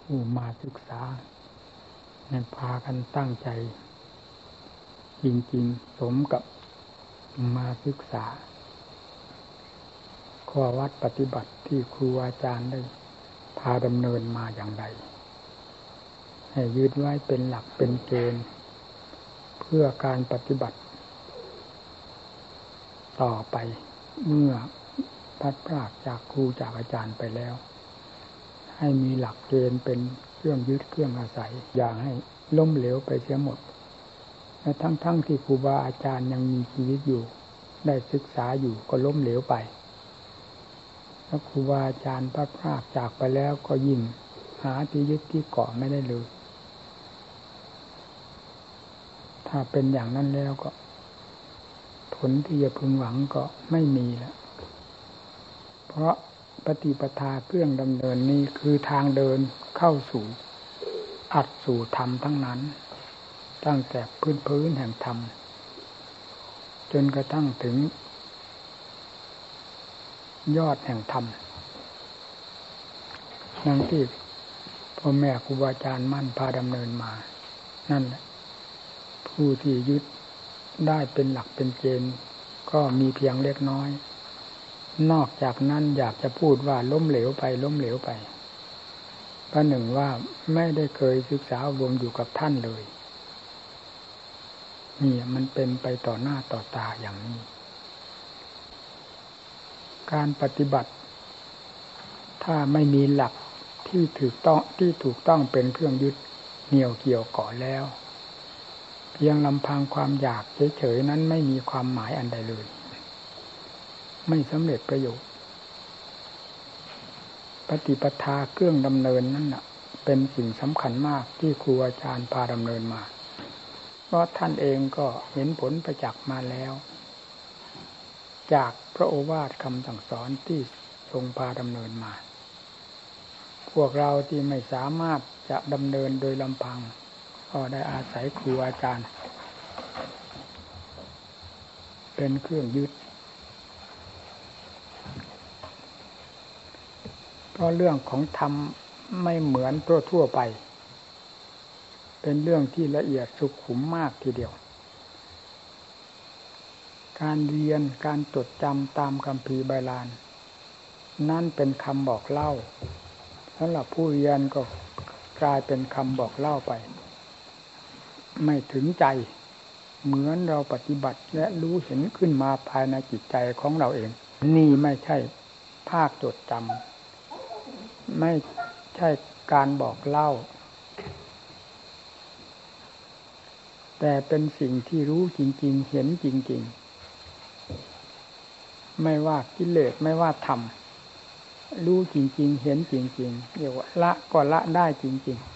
ผู้มาศึกษาให้พากันตั้งใจจริงๆสมกับมาศึกษาข้อวัดปฏิบัติที่ครูอาจารย์ได้พาดำเนินมาอย่างไรให้ยึดไว้เป็นหลักเป็นเกณฑ์เพื่อการปฏิบัติต่อไปเมื่อพัดพรากจากครูจากอาจารย์ไปแล้วให้มีหลักเกณฑ์เป็นเครื่องยึดเครื่องอาศัยอย่าให้ล้มเหลวไปเสียหมดและทั้งที่ครูบาอาจารย์ยังมีชีวิตอยู่ได้ศึกษาอยู่ก็ล้มเหลวไปแล้วครูบาอาจารย์พัดพรากจากไปแล้วก็ยิ่งหาที่ยึดที่เกาะไม่ได้เลยถ้าเป็นอย่างนั้นแล้วก็ผลที่จะพึงหวังก็ไม่มีแล้วเพราะปฏิปทาเครื่องดำเนินนี้คือทางเดินเข้าสู่อัดสู่ธรรมทั้งนั้นตั้งแต่พื้นแห่งธรรมจนกระทั่งถึงยอดแห่งธรรมดังที่พ่อแม่ครูบาอาจารย์มั่นพาดำเนินมานั่นแหละผู้ที่ยึดได้เป็นหลักเป็นเกณฑ์ก็มีเพียงเล็กน้อยนอกจากนั้นอยากจะพูดว่าล้มเหลวไปประหนึ่งว่าไม่ได้เคยศึกษาอบรมอยู่กับท่านเลยนี่มันเป็นไปต่อหน้าต่อตาอย่างนี้การปฏิบัติถ้าไม่มีหลักที่ถูกต้องเป็นเครื่องยึดเหนี่ยวเกี่ยวเกาะแล้วเพียงลำพังความอยากเฉยๆนั้นไม่มีความหมายอันใดเลยไม่สำเร็จประโยชน์ปฏิปทาเครื่องดำเนินนั่นน่ะเป็นสิ่งสำคัญมากที่ครูอาจารย์พาดำเนินมาเพราะท่านเองก็เห็นผลประจักษ์มาแล้วจากพระโอวาทคำสั่งสอนที่ทรงพาดำเนินมาพวกเราที่ไม่สามารถจะดำเนินโดยลำพังก็ได้อาศัยครูอาจารย์เป็นเครื่องยึดเพราะเรื่องของธรรมไม่เหมือนทั่วไปเป็นเรื่องที่ละเอียดสุขุมมากทีเดียวการเรียนการจดจำตามคัมภีร์ไบาลานนั่นเป็นคำบอกเล่าสำหรับผู้เรียนก็กลายเป็นคำบอกเล่าไปไม่ถึงใจเหมือนเราปฏิบัติและรู้เห็นขึ้นมาภายในจิตใจของเราเองนี่ไม่ใช่ภาคจดจำไม่ใช่การบอกเล่าแต่เป็นสิ่งที่รู้จริงๆเห็นจริงๆไม่ว่ากิเลสไม่ว่าธรรมรู้จริงๆเห็นจริงๆเรียกว่าละก็ละได้จริงๆ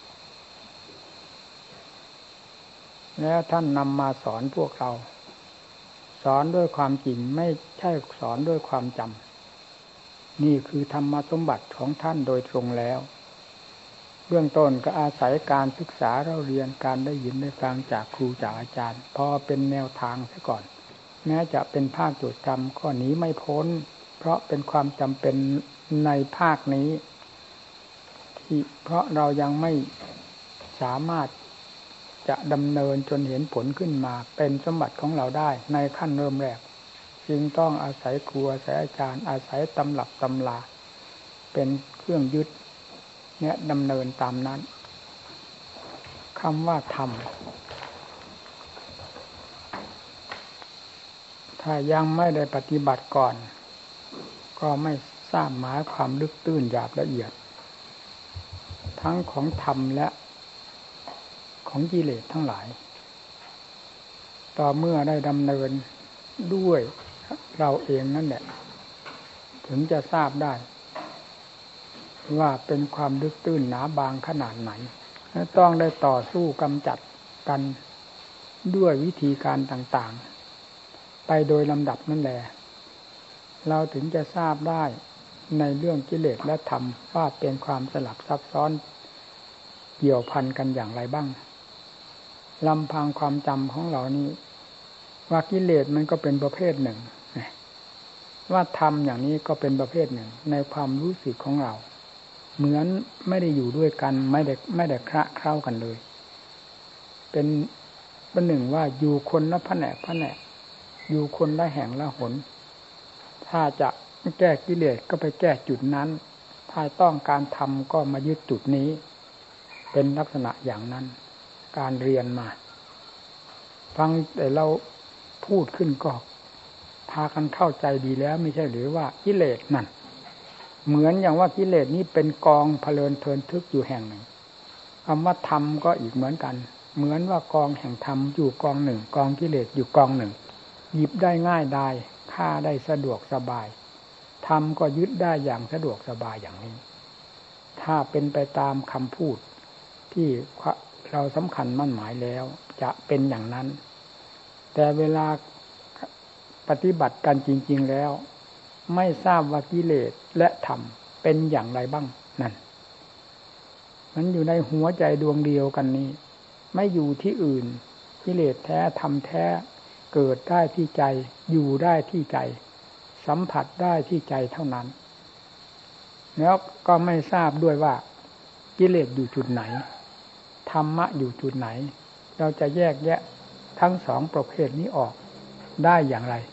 แล้วท่านนำมาสอนพวกเราสอนด้วยความจริงไม่ใช่สอนด้วยความจำนี่คือธรรมสมบัติของท่านโดยตรงแล้วเบื้องต้นก็อาศัยการศึกษาเราเรียนการได้ยินได้ฟังจากครูจากอาจารย์พอเป็นแนวทางซะก่อนแม้จะเป็นภาคจดจำก็หนีไม่พ้นเพราะเป็นความจำเป็นในภาคนี้ที่เพราะเรายังไม่สามารถจะดำเนินจนเห็นผลขึ้นมาเป็นสมบัติของเราได้ในขั้นเริ่มแรกจึงต้องอาศัยครูอาศัยอาจารย์อาศัยตำรับตำราเป็นเครื่องยึดเนี่ยดำเนินตามนั้นคำว่าธรรมถ้ายังไม่ได้ปฏิบัติก่อนก็ไม่ทราบหมายความลึกตื้นหยาบละเอียดทั้งของธรรมและของกิเลสทั้งหลายต่อเมื่อได้ดำเนินด้วยเราเองนั่นแหละถึงจะทราบได้ว่าเป็นความลึกตื้นหนาบางขนาดไหนและต้องได้ต่อสู้กำจัดกันด้วยวิธีการต่างๆไปโดยลำดับนั่นแหละเราถึงจะทราบได้ในเรื่องกิเลสและธรรมว่าเป็นความสลับซับซ้อนเกี่ยวพันกันอย่างไรบ้างลำพังความจำของเรานี้ว่ากิเลสมันก็เป็นประเภทหนึ่งว่าธรรมอย่างนี้ก็เป็นประเภทหนึ่งในความรู้สึกของเราเหมือนไม่ได้อยู่ด้วยกันไม่ได้คละเคล้ากันเลยเป็นประหนึ่งว่าอยู่คนละแผนกอยู่คนละแห่งละหนถ้าจะแก้กิเลสก็ไปแก้จุดนั้นถ้าต้องการทำก็มายึดจุดนี้เป็นลักษณะอย่างนั้นการเรียนมาฟังแต่เราพูดขึ้นก็พากันเข้าใจดีแล้วไม่ใช่หรือว่ากิเลสนั่นเหมือนอย่างว่ากิเลสนี้เป็นกองเพลินเทินทึกอยู่แห่งหนึ่งคำว่าธรรมก็อีกเหมือนกันเหมือนว่ากองแห่งธรรมอยู่กองหนึ่งกองกิเลสอยู่กองหนึ่งหยิบได้ง่ายได้ฆ่าได้สะดวกสบายธรรมก็ยึดได้อย่างสะดวกสบายอย่างนี้ถ้าเป็นไปตามคำพูดที่เราสำคัญมั่นหมายแล้วจะเป็นอย่างนั้นแต่เวลาปฏิบัติกันจริงๆแล้วไม่ทราบว่ากิเลสและธรรมเป็นอย่างไรบ้างนั่นมันอยู่ในหัวใจดวงเดียวกันนี้ไม่อยู่ที่อื่นกิเลสแท้ธรรมแท้เกิดได้ที่ใจอยู่ได้ที่ใจสัมผัสได้ที่ใจเท่านั้นแล้วก็ไม่ทราบด้วยว่ากิเลสอยู่จุดไหนธรรมะอยู่จุดไหนเราจะแยกแยะทั้งสองประเภทนี้ออกได้อย่างไร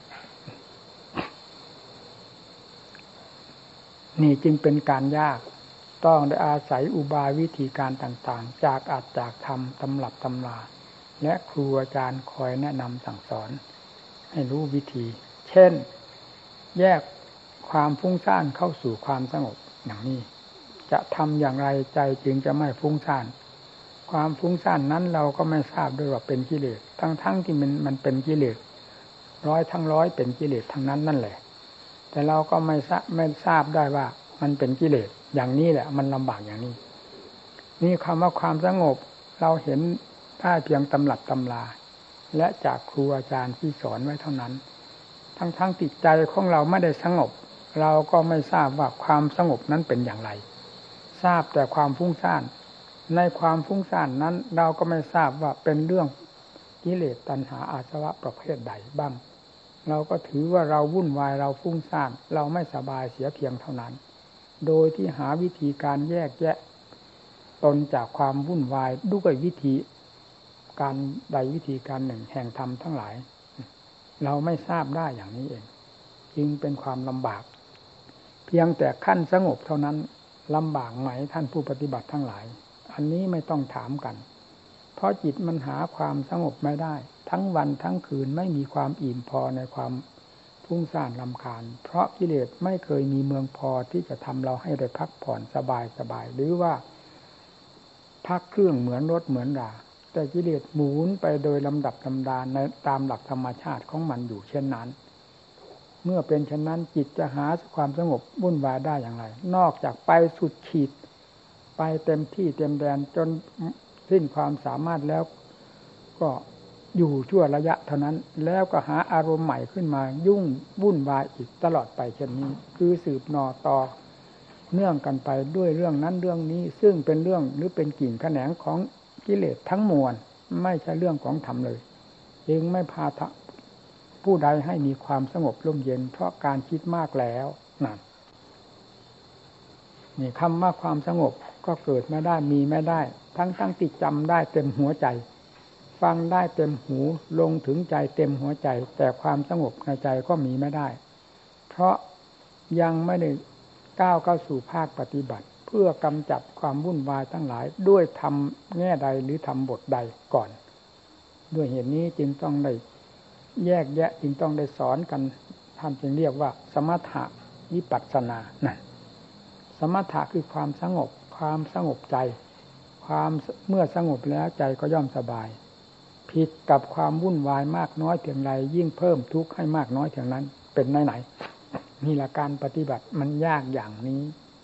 นี่จึงเป็นการยากต้องได้อาศัยอุบายวิธีการต่างๆจากอัตจากธรรมตำรับตำราและครูอาจารย์คอยแนะนำสั่งสอนให้รู้วิธีเช่นแยกความฟุ้งซ่านเข้าสู่ความสงบอย่างนี้จะทำอย่างไรใจจึงจะไม่ฟุ้งซ่านความฟุ้งซ่านนั้นเราก็ไม่ทราบด้วยว่าเป็นกิเลสทั้งที่มันเป็นกิเลสร้อยทั้งร้อยเป็นกิเลสทั้งนั้นนั่นแหละแต่เราก็ไม่ทราบได้ว่ามันเป็นกิเลสอย่างนี้แหละมันลำบากอย่างนี้นี่คำว่าความสงบเราเห็นได้เพียงตำรับตำราและจากครูอาจารย์ที่สอนไว้เท่านั้นทั้งจิตใจของเราไม่ได้สงบเราก็ไม่ทราบว่าความสงบนั้นเป็นอย่างไรทราบแต่ความฟุ้งซ่านในความฟุ้งซ่านนั้นเราก็ไม่ทราบว่าเป็นเรื่องกิเลสตัณหาอาสวะประเภทใดบ้างเราก็ถือว่าเราวุ่นวายเราฟุ้งซ่านเราไม่สบายเสียเพียงเท่านั้นโดยที่หาวิธีการแยกแยะตนจากความวุ่นวายด้วยวิธีการใดวิธีการหนึ่งแห่งธรรมทั้งหลายเราไม่ทราบได้อย่างนี้เองจึงเป็นความลำบากเพียงแต่ขั้นสงบเท่านั้นลำบากไหมท่านผู้ปฏิบัติทั้งหลายอันนี้ไม่ต้องถามกันเพราะจิตมันหาความสงบไม่ได้ทั้งวันทั้งคืนไม่มีความอิ่มพอในความฟุ้งซ่านรำคาญเพราะกิเลสไม่เคยมีเมืองพอที่จะทำเราให้ได้พักผ่อนสบายหรือว่าพักเครื่องเหมือนรถเหมือนราแต่กิเลสหมุนไปโดยลำดับลำดาในตามหลักธรรมชาติของมันอยู่เช่นนั้นเมื่อเป็นเช่นนั้นจิตจะหาความสงบวุ่นวายได้อย่างไรนอกจากไปสุดขีดไปเต็มที่เต็มแดนจนสิ้นความสามารถแล้วก็อยู่ชั่วระยะเท่านั้นแล้วก็หาอารมณ์ใหม่ขึ้นมายุ่งวุ่นวายอีกตลอดไปเช่นนี้คือสืบหน่อต่อเนื่องกันไปด้วยเรื่องนั้นเรื่องนี้ซึ่งเป็นเรื่องหรือเป็นกิ่งแขนงของกิเลสทั้งมวลไม่ใช่เรื่องของธรรมเลยจึงไม่พาผู้ใดให้มีความสงบร่มเย็นเพราะการคิดมากแล้วนั่นนี่คำว่าความสงบก็เกิดไม่ได้มีไม่ได้ทั้งติดจำได้เต็มหัวใจฟังได้เต็มหูลงถึงใจเต็มหัวใจแต่ความสงบในใจก็มีไม่ได้เพราะยังไม่ได้ก้าวเข้าสู่ภาคปฏิบัติเพื่อกำจัดความวุ่นวายทั้งหลายด้วยธรรมแง่ใดหรือธรรมบทใดก่อนด้วยเหตุนี้จึงต้องได้แยกแยะจึงต้องได้สอนกันท่านจึงเรียกว่าสมถะวิปัสสนานั่นสมถะคือความสงบใจความเมื่อสงบแล้วใจก็ย่อมสบายผิดกับความวุ่นวายมากน้อยเพียงไรยิ่งเพิ่มทุกข์ให้มากน้อยเพียงนั้นเป็นไหนนี่แหละการปฏิบัติมันยากอย่างนี้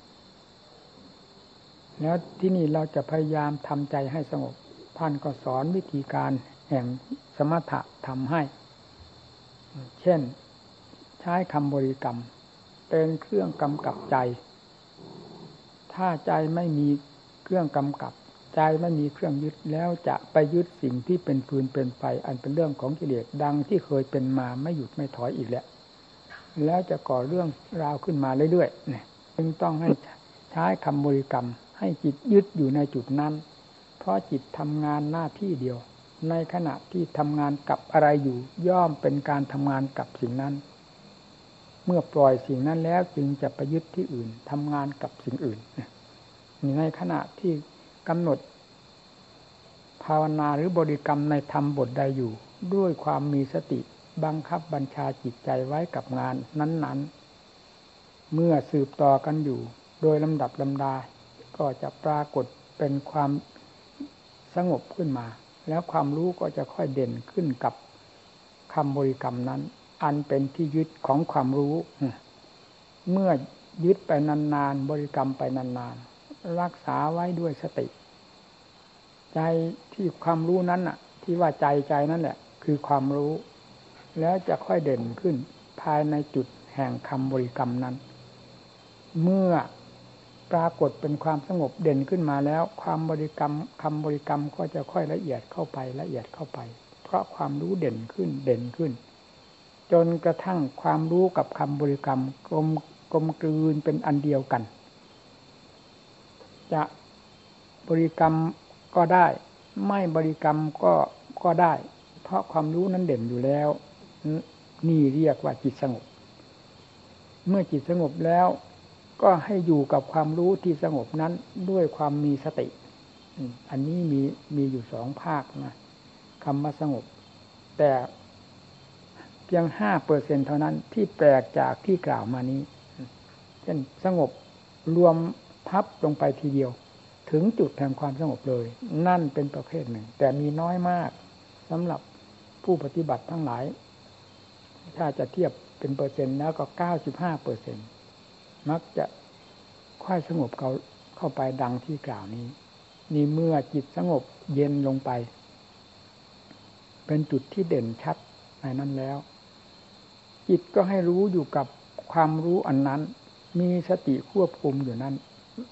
แล้วที่นี่เราจะพยายามทำใจให้สงบท่านก็สอนวิธีการแห่งสมถะทำให้เช่นใช้คำบริกรรมเป็นเครื่องกำกับใจถ้าใจไม่มีเครื่องกำกับใจไม่มีเครื่องยึดแล้วจะไปยึดสิ่งที่เป็นฟืนเป็นไฟอันเป็นเรื่องของกิเลสดังที่เคยเป็นมาไม่หยุดไม่ถอยอีกแล้วจะก่อเรื่องราวขึ้นมาเรื่อยๆเนี่ยจึงต้องให้ใช้คำบริกรรมให้จิตยึดอยู่ในจุดนั้นเพราะจิตทำงานหน้าที่เดียวในขณะที่ทำงานกับอะไรอยู่ย่อมเป็นการทำงานกับสิ่งนั้นเมื่อปล่อยสิ่งนั้นแล้วจึงจะไปยึดที่อื่นทำงานกับสิ่งอื่นในขณะที่กำหนดภาวนาหรือบริกรรมในธรรมบทใดอยู่ด้วยความมีสติบังคับบัญชาจิตใจไว้กับงานนั้นๆเมื่อสืบต่อกันอยู่โดยลำดับลำดาก็จะปรากฏเป็นความสงบขึ้นมาแล้วความรู้ก็จะค่อยเด่นขึ้นกับคำบริกรรมนั้นอันเป็นที่ยึดของความรู้เมื่อยึดไปนานๆบริกรรมไปนานๆรักษาไว้ด้วยสติใจที่ความรู้นั้นน่ะที่ว่าใจนั่นแหละคือความรู้แล้วจะค่อยเด่นขึ้นภายในจุดแห่งคำบริกรรมนั้นเมื่อปรากฏเป็นความสงบเด่นขึ้นมาแล้วความบริกรรมคำบริกรรมก็จะค่อยละเอียดเข้าไปละเอียดเข้าไปเพราะความรู้เด่นขึ้นจนกระทั่งความรู้กับคำบริกรรมกลมกลืนเป็นอันเดียวกันจะบริกรรมก็ได้ไม่บริกรรมก็ได้เพราะความรู้นั้นเด่นอยู่แล้วนี่เรียกว่าจิตสงบเมื่อจิตสงบแล้วก็ให้อยู่กับความรู้ที่สงบนั้นด้วยความมีสติอันนี้มีอยู่สองภาคนะคำว่าสงบแต่เพียง 5% เท่านั้นที่แปลกจากที่กล่าวมานี้เช่นสงบรวมพับลงไปทีเดียวถึงจุดแห่งความสงบเลยนั่นเป็นประเภทหนึ่งแต่มีน้อยมากสำหรับผู้ปฏิบัติทั้งหลายถ้าจะเทียบเป็นเปอร์เซ็นต์แล้วก็ 95% มักจะค่อยสงบเข้าไปดังที่กล่าวนี้นี่เมื่อจิตสงบเย็นลงไปเป็นจุดที่เด่นชัดในนั้นแล้วจิตก็ให้รู้อยู่กับความรู้อันนั้นมีสติควบคุมอยู่นั้น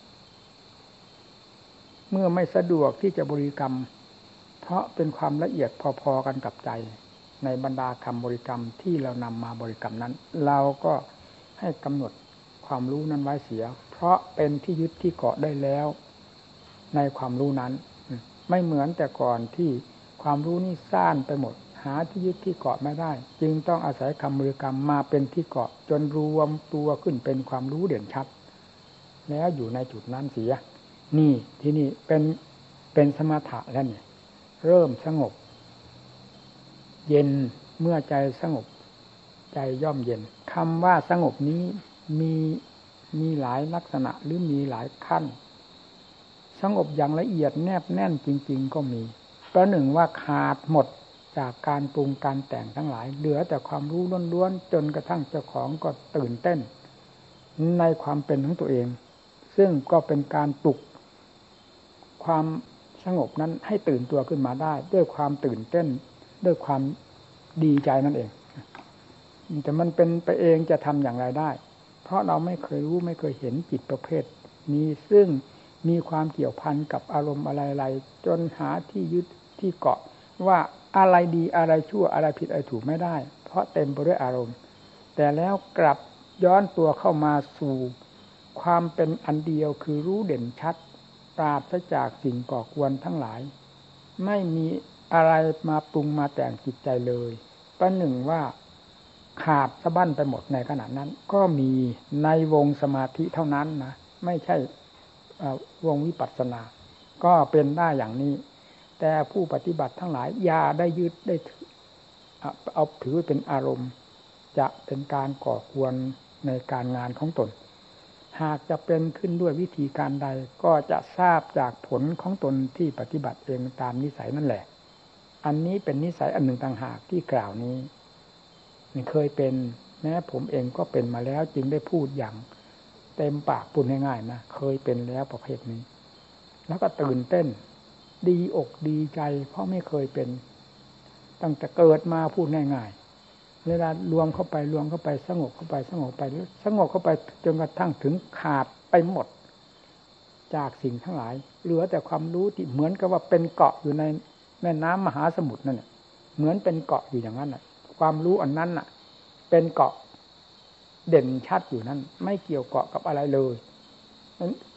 เมื่อไม่สะดวกที่จะบริกรรมเพราะเป็นความละเอียดพอๆกันกับใจในบรรดาคำบริกรรมที่เรานำมาบริกรรมนั้นเราก็ให้กำหนดความรู้นั้นไว้เสียเพราะเป็นที่ยึดที่เกาะได้แล้วในความรู้นั้นไม่เหมือนแต่ก่อนที่ความรู้นี่ซ่านไปหมดหาที่ยึดที่เกาะไม่ได้จึงต้องอาศัยคำบริกรรมมาเป็นที่เกาะจนรวมตัวขึ้นเป็นความรู้เด่นชัดแล้วอยู่ในจุดนั้นเสียนี่ที่นี่เป็นสมถะแล้วเนี่ยเริ่มสงบเย็นเมื่อใจสงบใจย่อมเย็นคำว่าสงบนี้มีหลายลักษณะหรือมีหลายขั้นสงบอย่างละเอียดแนบแน่นจริงๆก็มีประหนึ่งว่าขาดหมดจากการปรุงการแต่งทั้งหลายเหลือแต่ความรู้ล้วนๆจนกระทั่งเจ้าของก็ตื่นเต้นในความเป็นของตัวเองซึ่งก็เป็นการปลุกความสงบนั้นให้ตื่นตัวขึ้นมาได้ด้วยความตื่นเต้นด้วยความดีใจนั่นเองแต่มันเป็นไปเองจะทำอย่างไรได้เพราะเราไม่เคยรู้ไม่เคยเห็นจิตประเภทนี้ซึ่งมีความเกี่ยวพันกับอารมณ์อะไรๆจนหาที่ยึดที่เกาะว่าอะไรดีอะไรชั่วอะไรผิดอะไรถูกไม่ได้เพราะเต็มไปด้วยอารมณ์แต่แล้วกลับย้อนตัวเข้ามาสู่ความเป็นอันเดียวคือรู้เด่นชัดปราศจากสิ่งก่อกวนทั้งหลายไม่มีอะไรมาปรุงมาแต่งจิตใจเลยประหนึ่งว่าขาดสะบั้นไปหมดในขณะนั้นก็มีในวงสมาธิเท่านั้นนะไม่ใช่วงวิปัสสนาก็เป็นได้อย่างนี้แต่ผู้ปฏิบัติทั้งหลายอย่าได้ยึดได้เอาถือเป็นอารมณ์จะเป็นการก่อกวนในการงานของตนหากจะเป็นขึ้นด้วยวิธีการใดก็จะทราบจากผลของตนที่ปฏิบัติเองตามนิสัยนั่นแหละอันนี้เป็นนิสัยอันหนึ่งต่างหากที่กล่าวนี้เคยเป็นแม้ผมเองก็เป็นมาแล้วจึงได้พูดอย่างเต็มปากพูดง่ายๆนะเคยเป็นแล้วประเภทนี้แล้วก็ตื่นเต้นดีอกดีใจเพราะไม่เคยเป็นตั้งแต่เกิดมาพูดง่ายๆเวลารวมเข้าไปสงบเข้าไปสงบเข้าไปจนกระทั่งถึงขาดไปหมดจากสิ่งทั้งหลายเหลือแต่ความรู้ที่เหมือนกับว่าเป็นเกาะอยู่ในแม่น้ำมหาสมุทรนั่นแหละเหมือนเป็นเกาะอยู่อย่างนั้นน่ะความรู้อันนั้นน่ะเป็นเกาะเด่นชัดอยู่นั้นไม่เกี่ยวเกาะกับอะไรเลย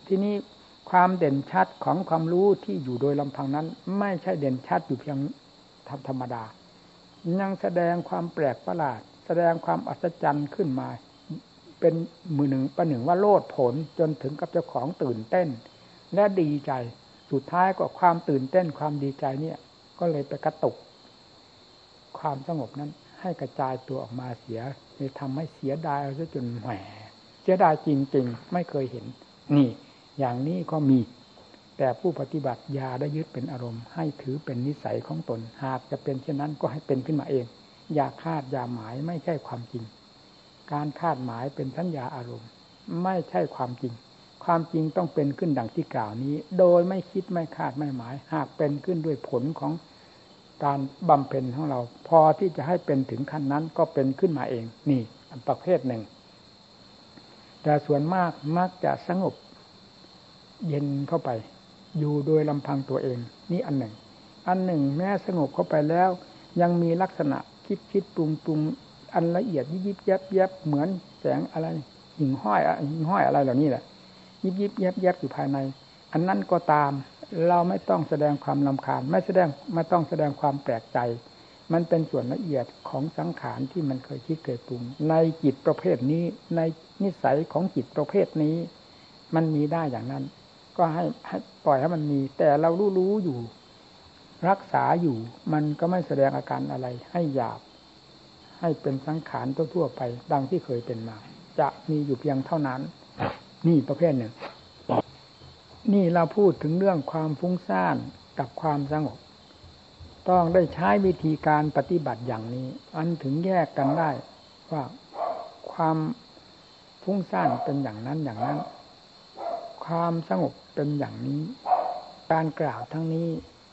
ที่นี้ความเด่นชัดของความรู้ที่อยู่โดยลำพังนั้นไม่ใช่เด่นชัดอยู่เพียงธรรมดายังแสดงความแปลกประหลาดแสดงความอัศจรรย์ขึ้นมาเป็นมือหนึ่งประหนึ่งว่าโลดผลจนถึงกับเจ้าของตื่นเต้นและดีใจสุดท้ายก็ความตื่นเต้นความดีใจเนี่ยก็เลยไปกระตุกความสงบนั้นให้กระจายตัวออกมาเสียเลยทำให้เสียดายซะจนแหมเสียดายจริงๆไม่เคยเห็นนี่อย่างนี้ก็มีแต่ผู้ปฏิบัติอย่าได้ยึดเป็นอารมณ์ให้ถือเป็นนิสัยของตนหากจะเป็นเช่นนั้นก็ให้เป็นขึ้นมาเองอย่าคาดอย่าหมายไม่ใช่ความจริงการคาดหมายเป็นสัญญาอารมณ์ไม่ใช่ความจริงความจริงต้องเป็นขึ้นดังที่กล่าวนี้โดยไม่คิดไม่คาดไม่หมายหากเป็นขึ้นด้วยผลของการบำเพ็ญของเราพอที่จะให้เป็นถึงขั้นนั้นก็เป็นขึ้นมาเองนี่ประเภทหนึ่งแต่ส่วนมากมักจะสงบเย็นเข้าไปอยู่โดยลำพังตัวเองนี่อันหนึ่งแม้สงบเข้าไปแล้วยังมีลักษณะคิดปรุงอันละเอียดยิบแยบเหมือนแสงอะไรหิ่งห้อยอะไรเหล่านี้แหละยิบแยบอยู่ภายในอันนั้นก็ตามเราไม่ต้องแสดงความรำคาญไม่ต้องแสดงความแปลกใจมันเป็นส่วนละเอียดของสังขารที่มันเคยคิดเคยปรุงในจิตประเภทนี้ในนิสัยของจิตประเภทนี้มันมีได้อย่างนั้นก็ให้ปล่อยให้มันมีแต่เรารู้อยู่รักษาอยู่มันก็ไม่แสดงอาการอะไรให้หยาบให้เป็นสังขารทั่วๆไปดังที่เคยเป็นมาจะมีอยู่เพียงเท่านั้นนี่ประเภทหนึ่งนี่เราพูดถึงเรื่องความฟุ้งซ่านกับความสงบต้องได้ใช้วิธีการปฏิบัติอย่างนี้อันถึงแยกกันได้ว่าความฟุ้งซ่านเป็นอย่างนั้นความสงบเป็นอย่างนี้การกล่าวทั้งนี้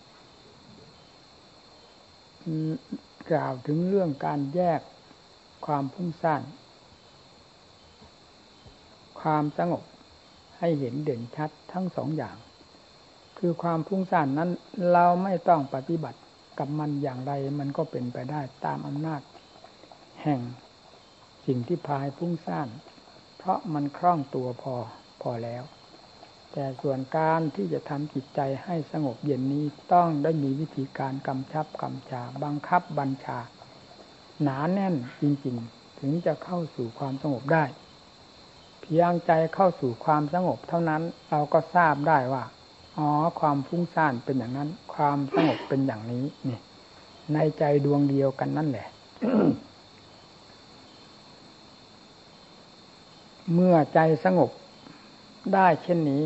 กล่าวถึงเรื่องการแยกความฟุ้งซ่านความสงบให้เห็นเด่นชัดทั้งสองอย่างคือความฟุ้งซ่านนั้นเราไม่ต้องปฏิบัติกับมันอย่างไรมันก็เป็นไปได้ตามอำนาจแห่งสิ่งที่พาให้ฟุ้งซ่านเพราะมันคล่องตัวพอแล้วแต่ส่วนการที่จะทำจิตใจให้สงบเย็นนี้ต้องได้มีวิธีการกำชับกำชาบังคับบัญชาหนาแน่นจริงๆถึงจะเข้าสู่ความสงบได้เพียงใจเข้าสู่ความสงบเท่านั้นเราก็ทราบได้ว่าอ๋อความฟุ้งซ่านเป็นอย่างนั้นความสงบเป็นอย่างนี้นี่ในใจดวงเดียวกันนั่นแหละ เมื่อใจสงบได้เช่นนี้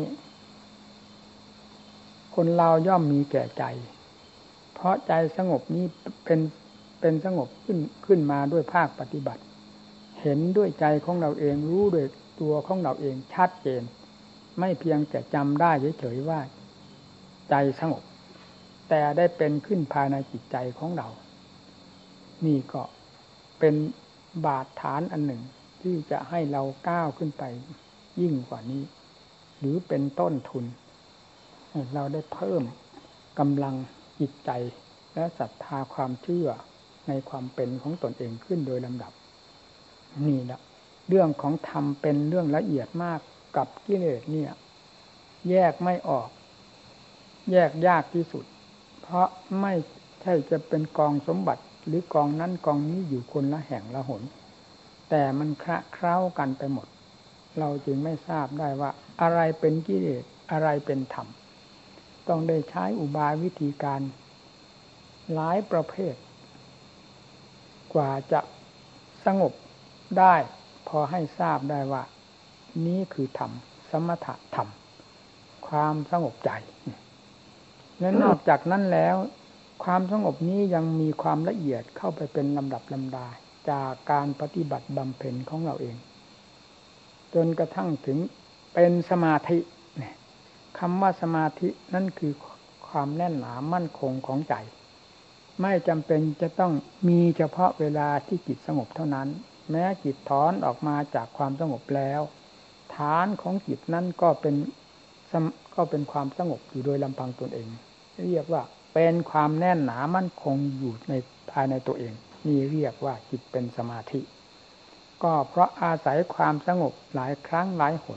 คนเราย่อมมีแก่ใจเพราะใจสงบนี้เป็นสงบขึ้นมาด้วยภาคปฏิบัติเห็นด้วยใจของเราเองรู้ด้วยตัวของเราเองชัดเจนไม่เพียงแต่จำได้เฉยๆว่าใจสงบแต่ได้เป็นขึ้นภายในจิตใจของเรานี่ก็เป็นบาดฐานอันหนึ่งที่จะให้เราก้าวขึ้นไปยิ่งกว่านี้หรือเป็นต้นทุนให้เราได้เพิ่มกำลังจิตใจและศรัทธาความเชื่อในความเป็นของตนเองขึ้นโดยลำดับนี่แหละเรื่องของธรรมเป็นเรื่องละเอียดมากกับกิเลสเนี่ยแยกไม่ออกแยกยากที่สุดเพราะไม่ใช่จะเป็นกองสมบัติหรือกองนั้นกองนี้อยู่คนละแห่งละหนแต่มันคละเคล้ากันไปหมดเราจึงไม่ทราบได้ว่าอะไรเป็นกิเลสอะไรเป็นธรรมต้องได้ใช้อุบายวิธีการหลายประเภทกว่าจะสงบได้พอให้ทราบได้ว่านี้คือธรรมสมถะธรรมความสงบใจและนอกจากนั้นแล้วความสงบนี้ยังมีความละเอียดเข้าไปเป็นลำดับลำดาจากการปฏิบัติบำเพ็ญของเราเองจนกระทั่งถึงเป็นสมาธิคำว่าสมาธินั่นคือความแน่นหนามั่นคงของใจไม่จำเป็นจะต้องมีเฉพาะเวลาที่จิตสงบเท่านั้นแม้จิตถอนออกมาจากความสงบแล้วฐานของจิตนั้นก็เป็นความสงบอยู่โดยลำพังตนเองเรียกว่าเป็นความแน่นหนามั่นคงอยู่ในภายในตัวเองนี่เรียกว่าจิตเป็นสมาธิก็เพราะอาศัยความสงบหลายครั้งหลายหน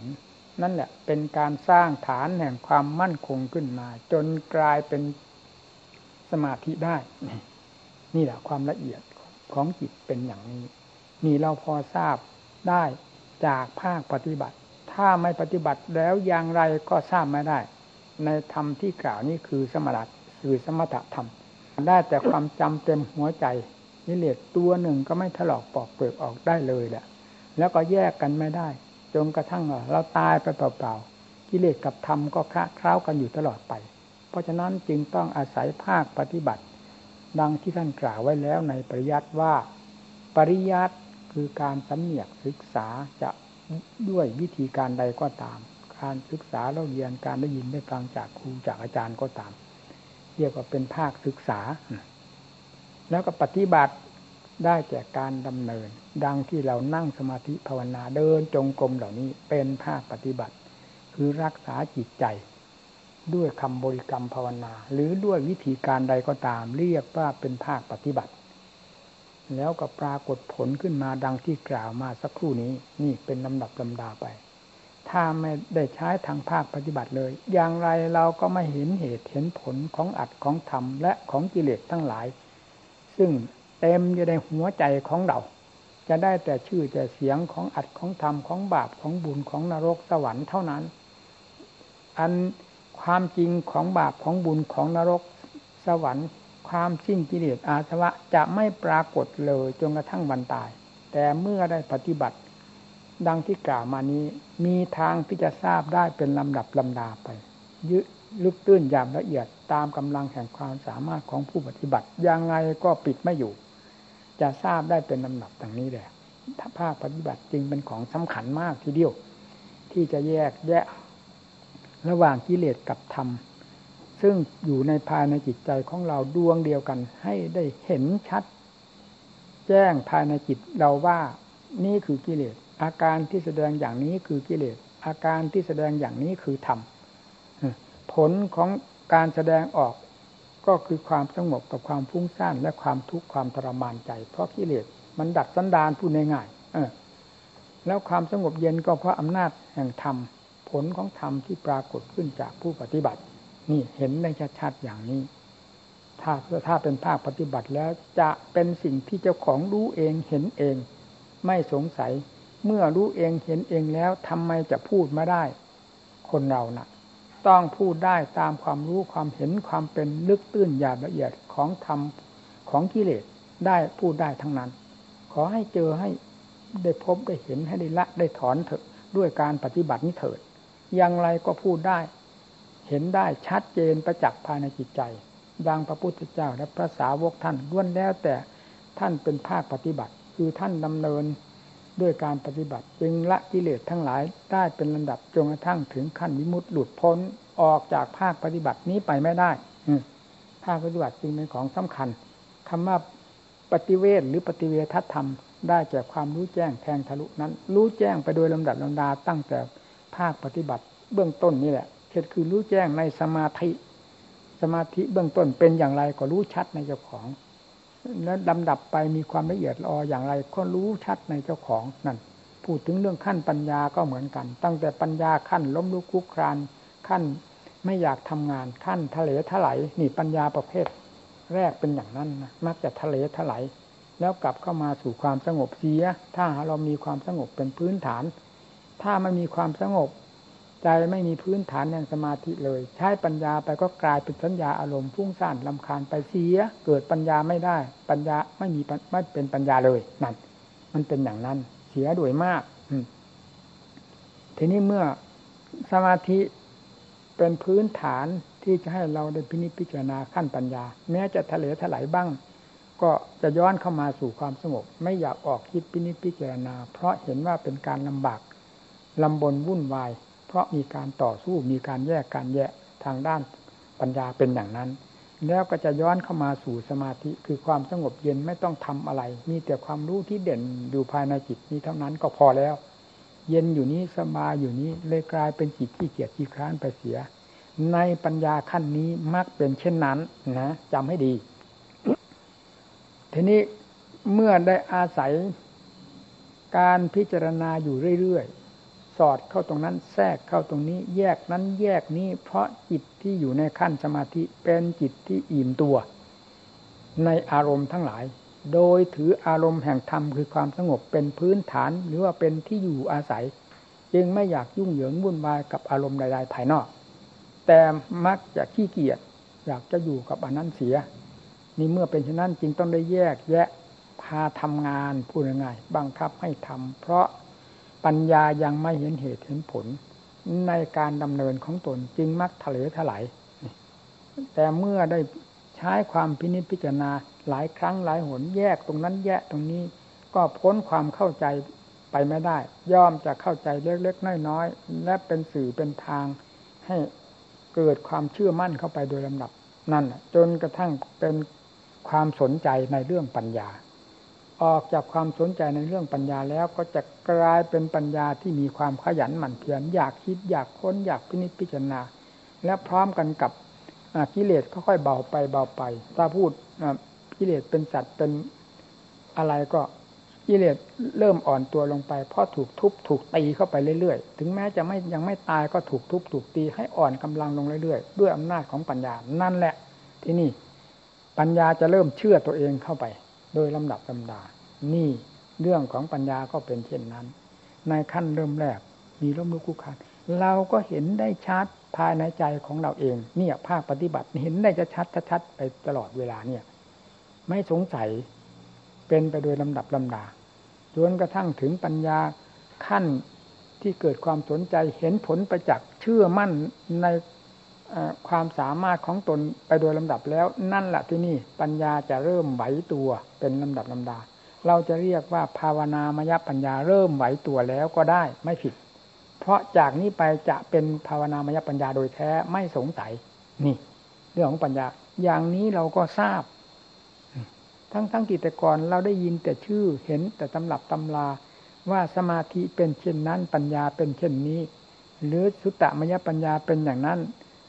นั่นแหละเป็นการสร้างฐานแห่งความมั่นคงขึ้นมาจนกลายเป็นสมาธิได้นี่แหละความละเอียดของจิตเป็นอย่างนี้นี่เราพอทราบได้จากภาคปฏิบัติถ้าไม่ปฏิบัติแล้วอย่างไรก็ทราบไม่ได้ในธรรมที่กล่าวนี้คือสมถะคือสมถะธรรมได้แต่ความจำเต็มหัวใจกิเลสตัวหนึ่งก็ไม่ถลอกปอกเปลือกออกได้เลยแหละแล้วก็แยกกันไม่ได้จนกระทั่งเราตายไปเปล่าๆกิเลสกับธรรมก็คล้ากันอยู่ตลอดไปเพราะฉะนั้นจึงต้องอาศัยภาคปฏิบัติดังที่ท่านกล่าวไว้แล้วในปริยัติว่าปริยัติคือการสำเนียกศึกษาจะด้วยวิธีการใดก็ตามการศึกษาเราเรียนการได้ยินได้ฟังจากครูจากอาจารย์ก็ตามเรียกว่าเป็นภาคศึกษาแล้วก็ปฏิบัติได้แก่การดำเนินดังที่เรานั่งสมาธิภาวนาเดินจงกรมเหล่านี้เป็นภาคปฏิบัติคือรักษาจิตใจด้วยคำบริกรรมภาวนาหรือด้วยวิธีการใดก็ตามเรียกว่าเป็นภาคปฏิบัติแล้วก็ปรากฏผลขึ้นมาดังที่กล่าวมาสักครู่นี้นี่เป็นลำดับลำดาไปถ้าไม่ได้ใช้ทางภาคปฏิบัติเลยอย่างไรเราก็ไม่เห็นเหตุเห็นผลของอัตของธรรมและของกิเลสทั้งหลายซึ่งเต็มอยู่ในหัวใจของเราจะได้แต่ชื่อแต่เสียงของอัตของธรรมของบาปของบุญของนรกสวรรค์เท่านั้นอันความจริงของบาปของบุญของนรกสวรรค์ความสิ้นกิเลสอาสวะจะไม่ปรากฏเลยจนกระทั่งวันตายแต่เมื่อได้ปฏิบัติดังที่กล่าวมานี้มีทางที่จะทราบได้เป็นลำดับลำดาไปลึกตื้นยามละเอียดตามกำลังแห่งความสามารถของผู้ปฏิบัติยังไงก็ปิดไม่อยู่จะทราบได้เป็นลำดับดังนี้แหละภาคปฏิบัติจริงเป็นของสำคัญมากทีเดียวที่จะแยกแยะระหว่างกิเลสกับธรรมซึ่งอยู่ในภายในจิตใจของเราดวงเดียวกันให้ได้เห็นชัดแจ้งภายในจิตเราว่านี่คือกิเลสอาการที่แสดงอย่างนี้คือกิเลสอาการที่แสดงอย่างนี้คือธรรมผลของการแสดงออกก็คือความสงบกับความฟุ้งซ่านและความทุกข์ความทรมานใจเพราะกิเลสมันดัดสันดานพูดง่ายๆแล้วความสงบเย็นก็เพราะอำนาจแห่งธรรมผลของธรรมที่ปรากฏขึ้นจากผู้ปฏิบัตินี่เห็นได้ชัดๆอย่างนี้ถ้าเป็นภาคปฏิบัติแล้วจะเป็นสิ่งที่เจ้าของรู้เองเห็นเองไม่สงสัยเมื่อรู้เองเห็นเองแล้วทำไมจะพูดไม่ได้คนเราน่ะต้องพูดได้ตามความรู้ความเห็นความเป็นลึกตื้นหยาบละเอียดของธรรมของกิเลสได้พูดได้ทั้งนั้นขอให้เจอให้ได้พบได้เห็นให้ได้ละได้ถอนเถอะด้วยการปฏิบัตินี้เถิดอย่างไรก็พูดได้เห็นได้ชัดเจนประจักษ์ภายในจิตใจดังพระพุทธเจ้าและพระสาวกท่านล้วนแล้วแต่ท่านเป็นภาคปฏิบัติคือท่านดำเนินด้วยการปฏิบัติจึงละกิเลสทั้งหลายได้เป็นลำดับจนกระทั่งถึงขั้นวิมุตติหลุดพ้นออกจากภาคปฏิบัตินี้ไปไม่ได้ภาคปฏิบัติจึงเป็นของสำคัญคำว่าปฏิเวทหรือปฏิเวทธรรมได้แก่ความรู้แจ้งแทงทะลุนั้นรู้แจ้งไปโดยลำดับลำดาตั้งแต่ภาคปฏิบัติเบื้องต้นนี่แหละคือรู้แจ้งในสมาธิเบื้องต้นเป็นอย่างไรก็รู้ชัดในเจ้าของแล้วลำดับไปมีความละเอียดอ่อนอย่างไรก็รู้ชัดในเจ้าของนั่นพูดถึงเรื่องขั้นปัญญาก็เหมือนกันตั้งแต่ปัญญาขั้นล้มลุกคลุกคลานขั้นไม่อยากทำงานขั้นทะเลถลายนี่ปัญญาประเภทแรกเป็นอย่างนั้นนะมักจะทะเลถลายแล้วกลับเข้ามาสู่ความสงบเสียถ้าเรามีความสงบเป็นพื้นฐานถ้าไม่มีความสงบใจไม่มีพื้นฐานแห่งสมาธิเลยใช้ปัญญาไปก็กลายเป็นสัญญาอารมณ์ฟุ้งซ่านรำคาญไปเสียเกิดปัญญาไม่ได้ปัญญาไม่เป็นปัญญาเลยนั่นมันเป็นอย่างนั้นเสียด้วยมากทีนี้เมื่อสมาธิเป็นพื้นฐานที่จะให้เราได้พิจารณาขั้นปัญญาแม้จะทะเลถลายบ้างก็จะย้อนเข้ามาสู่ความสงบไม่อยากออกคิดพิจารณาเพราะเห็นว่าเป็นการลำบากลำบนวุ่นวายเพราะมีการต่อสู้มีการแยกการแยะทางด้านปัญญาเป็นอย่างนั้นแล้วก็จะย้อนเข้ามาสู่สมาธิคือความสงบเย็นไม่ต้องทำอะไรมีแต่ความรู้ที่เด่นอยู่ภายในจิตนี้เท่านั้นก็พอแล้วเย็นอยู่นี้สบายอยู่นี้เลยกลายเป็นจิตที่เกียจขี้คร้านไปเสียในปัญญาขั้นนี้มักเป็นเช่นนั้นนะจำให้ดี ทีนี้เมื่อได้อาศัยการพิจารณาอยู่เรื่อยๆสอดเข้าตรงนั้นแทรกเข้าตรงนี้แยกนั้นแยกนี้เพราะจิตที่อยู่ในขั้นสมาธิเป็นจิตที่อิ่มตัวในอารมณ์ทั้งหลายโดยถืออารมณ์แห่งธรรมคือความสงบเป็นพื้นฐานหรือว่าเป็นที่อยู่อาศัยจึงไม่อยากยุ่งเหยิงวุ่นวายกับอารมณ์ใดๆภายนอกแต่มักจะขี้เกียจอยากจะอยู่กับอันนั้นเสียนี่เมื่อเป็นเช่นนั้นจึงต้องได้แยกแยะพาทำงานพูดง่ายๆบังคับให้ทำเพราะปัญญายังไม่เห็นเหตุเห็นผลในการดำเนินของตนจึงมักทะเลถลายแต่เมื่อได้ใช้ความพินิจพิจารณาหลายครั้งหลายหนแยกตรงนั้นแยกตรงนี้ก็พ้นความเข้าใจไปไม่ได้ย่อมจะเข้าใจเล็กๆน้อยๆและเป็นสื่อเป็นทางให้เกิดความเชื่อมั่นเข้าไปโดยลำดับนั่นจนกระทั่งเป็นความสนใจในเรื่องปัญญาออกจากความสนใจในเรื่องปัญญาแล้วก็จะกลายเป็นปัญญาที่มีความขยันหมั่นเพียรอยากคิดอยากค้นอยากพินิจพิจารณาและพร้อมกันกับกิเลสค่อยๆเบาไปเบาไปถ้าพูดกิเลสเป็นสัตว์เป็นอะไรก็กิเลสเริ่มอ่อนตัวลงไปเพราะถูกทุบถูกตีเข้าไปเรื่อยๆถึงแม้จะยังไม่ตายก็ถูกทุบถูกตีให้อ่อนกำลังลงเรื่อยๆด้วยอำนาจของปัญญานั่นแหละที่นี่ปัญญาจะเริ่มเชื่อตัวเองเข้าไปโดยลำดับลำดานี่เรื่องของปัญญาก็เป็นเช่นนั้นในขั้นเริ่มแรกมีล้มลุกคลุกคลานเราก็เห็นได้ชัดภายในใจของเราเองเนี่ยภาคปฏิบัติเห็นได้จะชัดไปตลอดเวลาเนี่ยไม่สงสัยเป็นไปโดยลำดับลำดาจนกระทั่งถึงปัญญาขั้นที่เกิดความสนใจเห็นผลประจักษ์เชื่อมั่นในความสามารถของตนไปโดยลำดับแล้วนั่นแหละที่นี่ปัญญาจะเริ่มไหวตัวเป็นลำดับลำดาเราจะเรียกว่าภาวนามยปัญญาเริ่มไหวตัวแล้วก็ได้ไม่ผิดเพราะจากนี้ไปจะเป็นภาวนามยปัญญาโดยแท้ไม่สงสัยนี่เรื่องของปัญญาอย่างนี้เราก็ทราบทั้งที่แต่ก่อนเราได้ยินแต่ชื่อเห็นแต่ตำรับตำราว่าสมาธิเป็นเช่นนั้นปัญญาเป็นเช่นนี้หรือสุตตมยปัญญาเป็นอย่างนั้น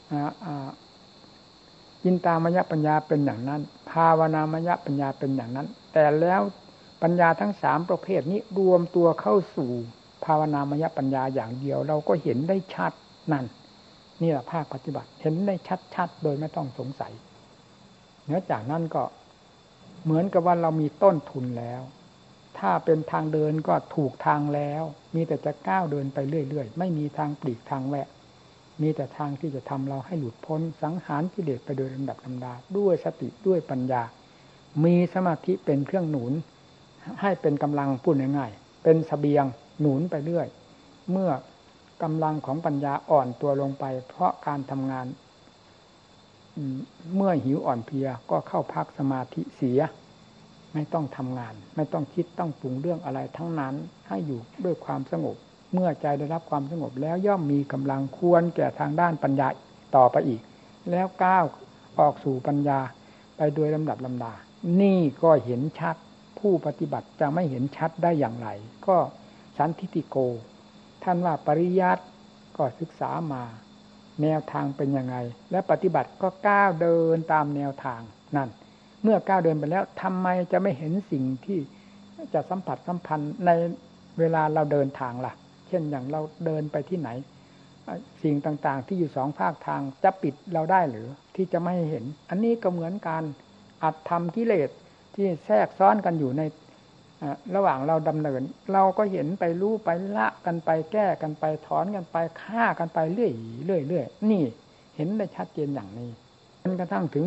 จินตามยปัญญาเป็นอย่างนั้นภาวนามยปัญญาเป็นอย่างนั้นแต่แล้วปัญญาทั้งสามประเภทนี้รวมตัวเข้าสู่ภาวนามยปัญญาอย่างเดียวเราก็เห็นได้ชัดนั่นนี่แหละภาคปฏิบัติเห็นได้ชัดโดยไม่ต้องสงสัยเนื่องจากนั้นก็เหมือนกับว่าเรามีต้นทุนแล้วถ้าเป็นทางเดินก็ถูกทางแล้วมีแต่จะก้าวเดินไปเรื่อยๆไม่มีทางปลีกทางแวะมีแต่ทางที่จะทำเราให้หลุดพ้นสังหารกิเลสไปโดยลำดับลำดาด้วยสติด้วยปัญญามีสมาธิเป็นเครื่องหนุนให้เป็นกำลังพูดง่ายๆเป็นเสบียงหนุนไปเรื่อยเมื่อกำลังของปัญญาอ่อนตัวลงไปเพราะการทำงานเมื่อหิวอ่อนเพลียก็เข้าพักสมาธิเสียไม่ต้องทำงานไม่ต้องคิดต้องปรุงเรื่องอะไรทั้งนั้นให้อยู่ด้วยความสงบเมื่อใจได้รับความสงบแล้วย่อมมีกำลังควรแก่ทางด้านปัญญาต่อไปอีกแล้วก้าวออกสู่ปัญญาไปโดยลำดับลำดานี่ก็เห็นชัดผู้ปฏิบัติจะไม่เห็นชัดได้อย่างไรก็สันทิฏฐิโกท่านว่าปริยัติก็ศึกษามาแนวทางเป็นยังไงและปฏิบัติก็ก้าวเดินตามแนวทางนั่นเมื่อก้าวเดินไปแล้วทำไมจะไม่เห็นสิ่งที่จะสัมผัสสัมพันธ์ในเวลาเราเดินทางล่ะเช่นอย่างเราเดินไปที่ไหนสิ่งต่างๆที่อยู่สองภาคทางจะปิดเราได้หรือที่จะไม่เห็นอันนี้ก็เหมือนการอัดทำกิเลสที่แทรกซ้อนกันอยู่ในระหว่างเราดำเนินเราก็เห็นไปรู้ไปละกันไปแก้กันไปถอนกันไปฆ่ากันไปเรื่อยๆนี่เห็นได้ชัดเจนอย่างนี้จนกระทั่งถึง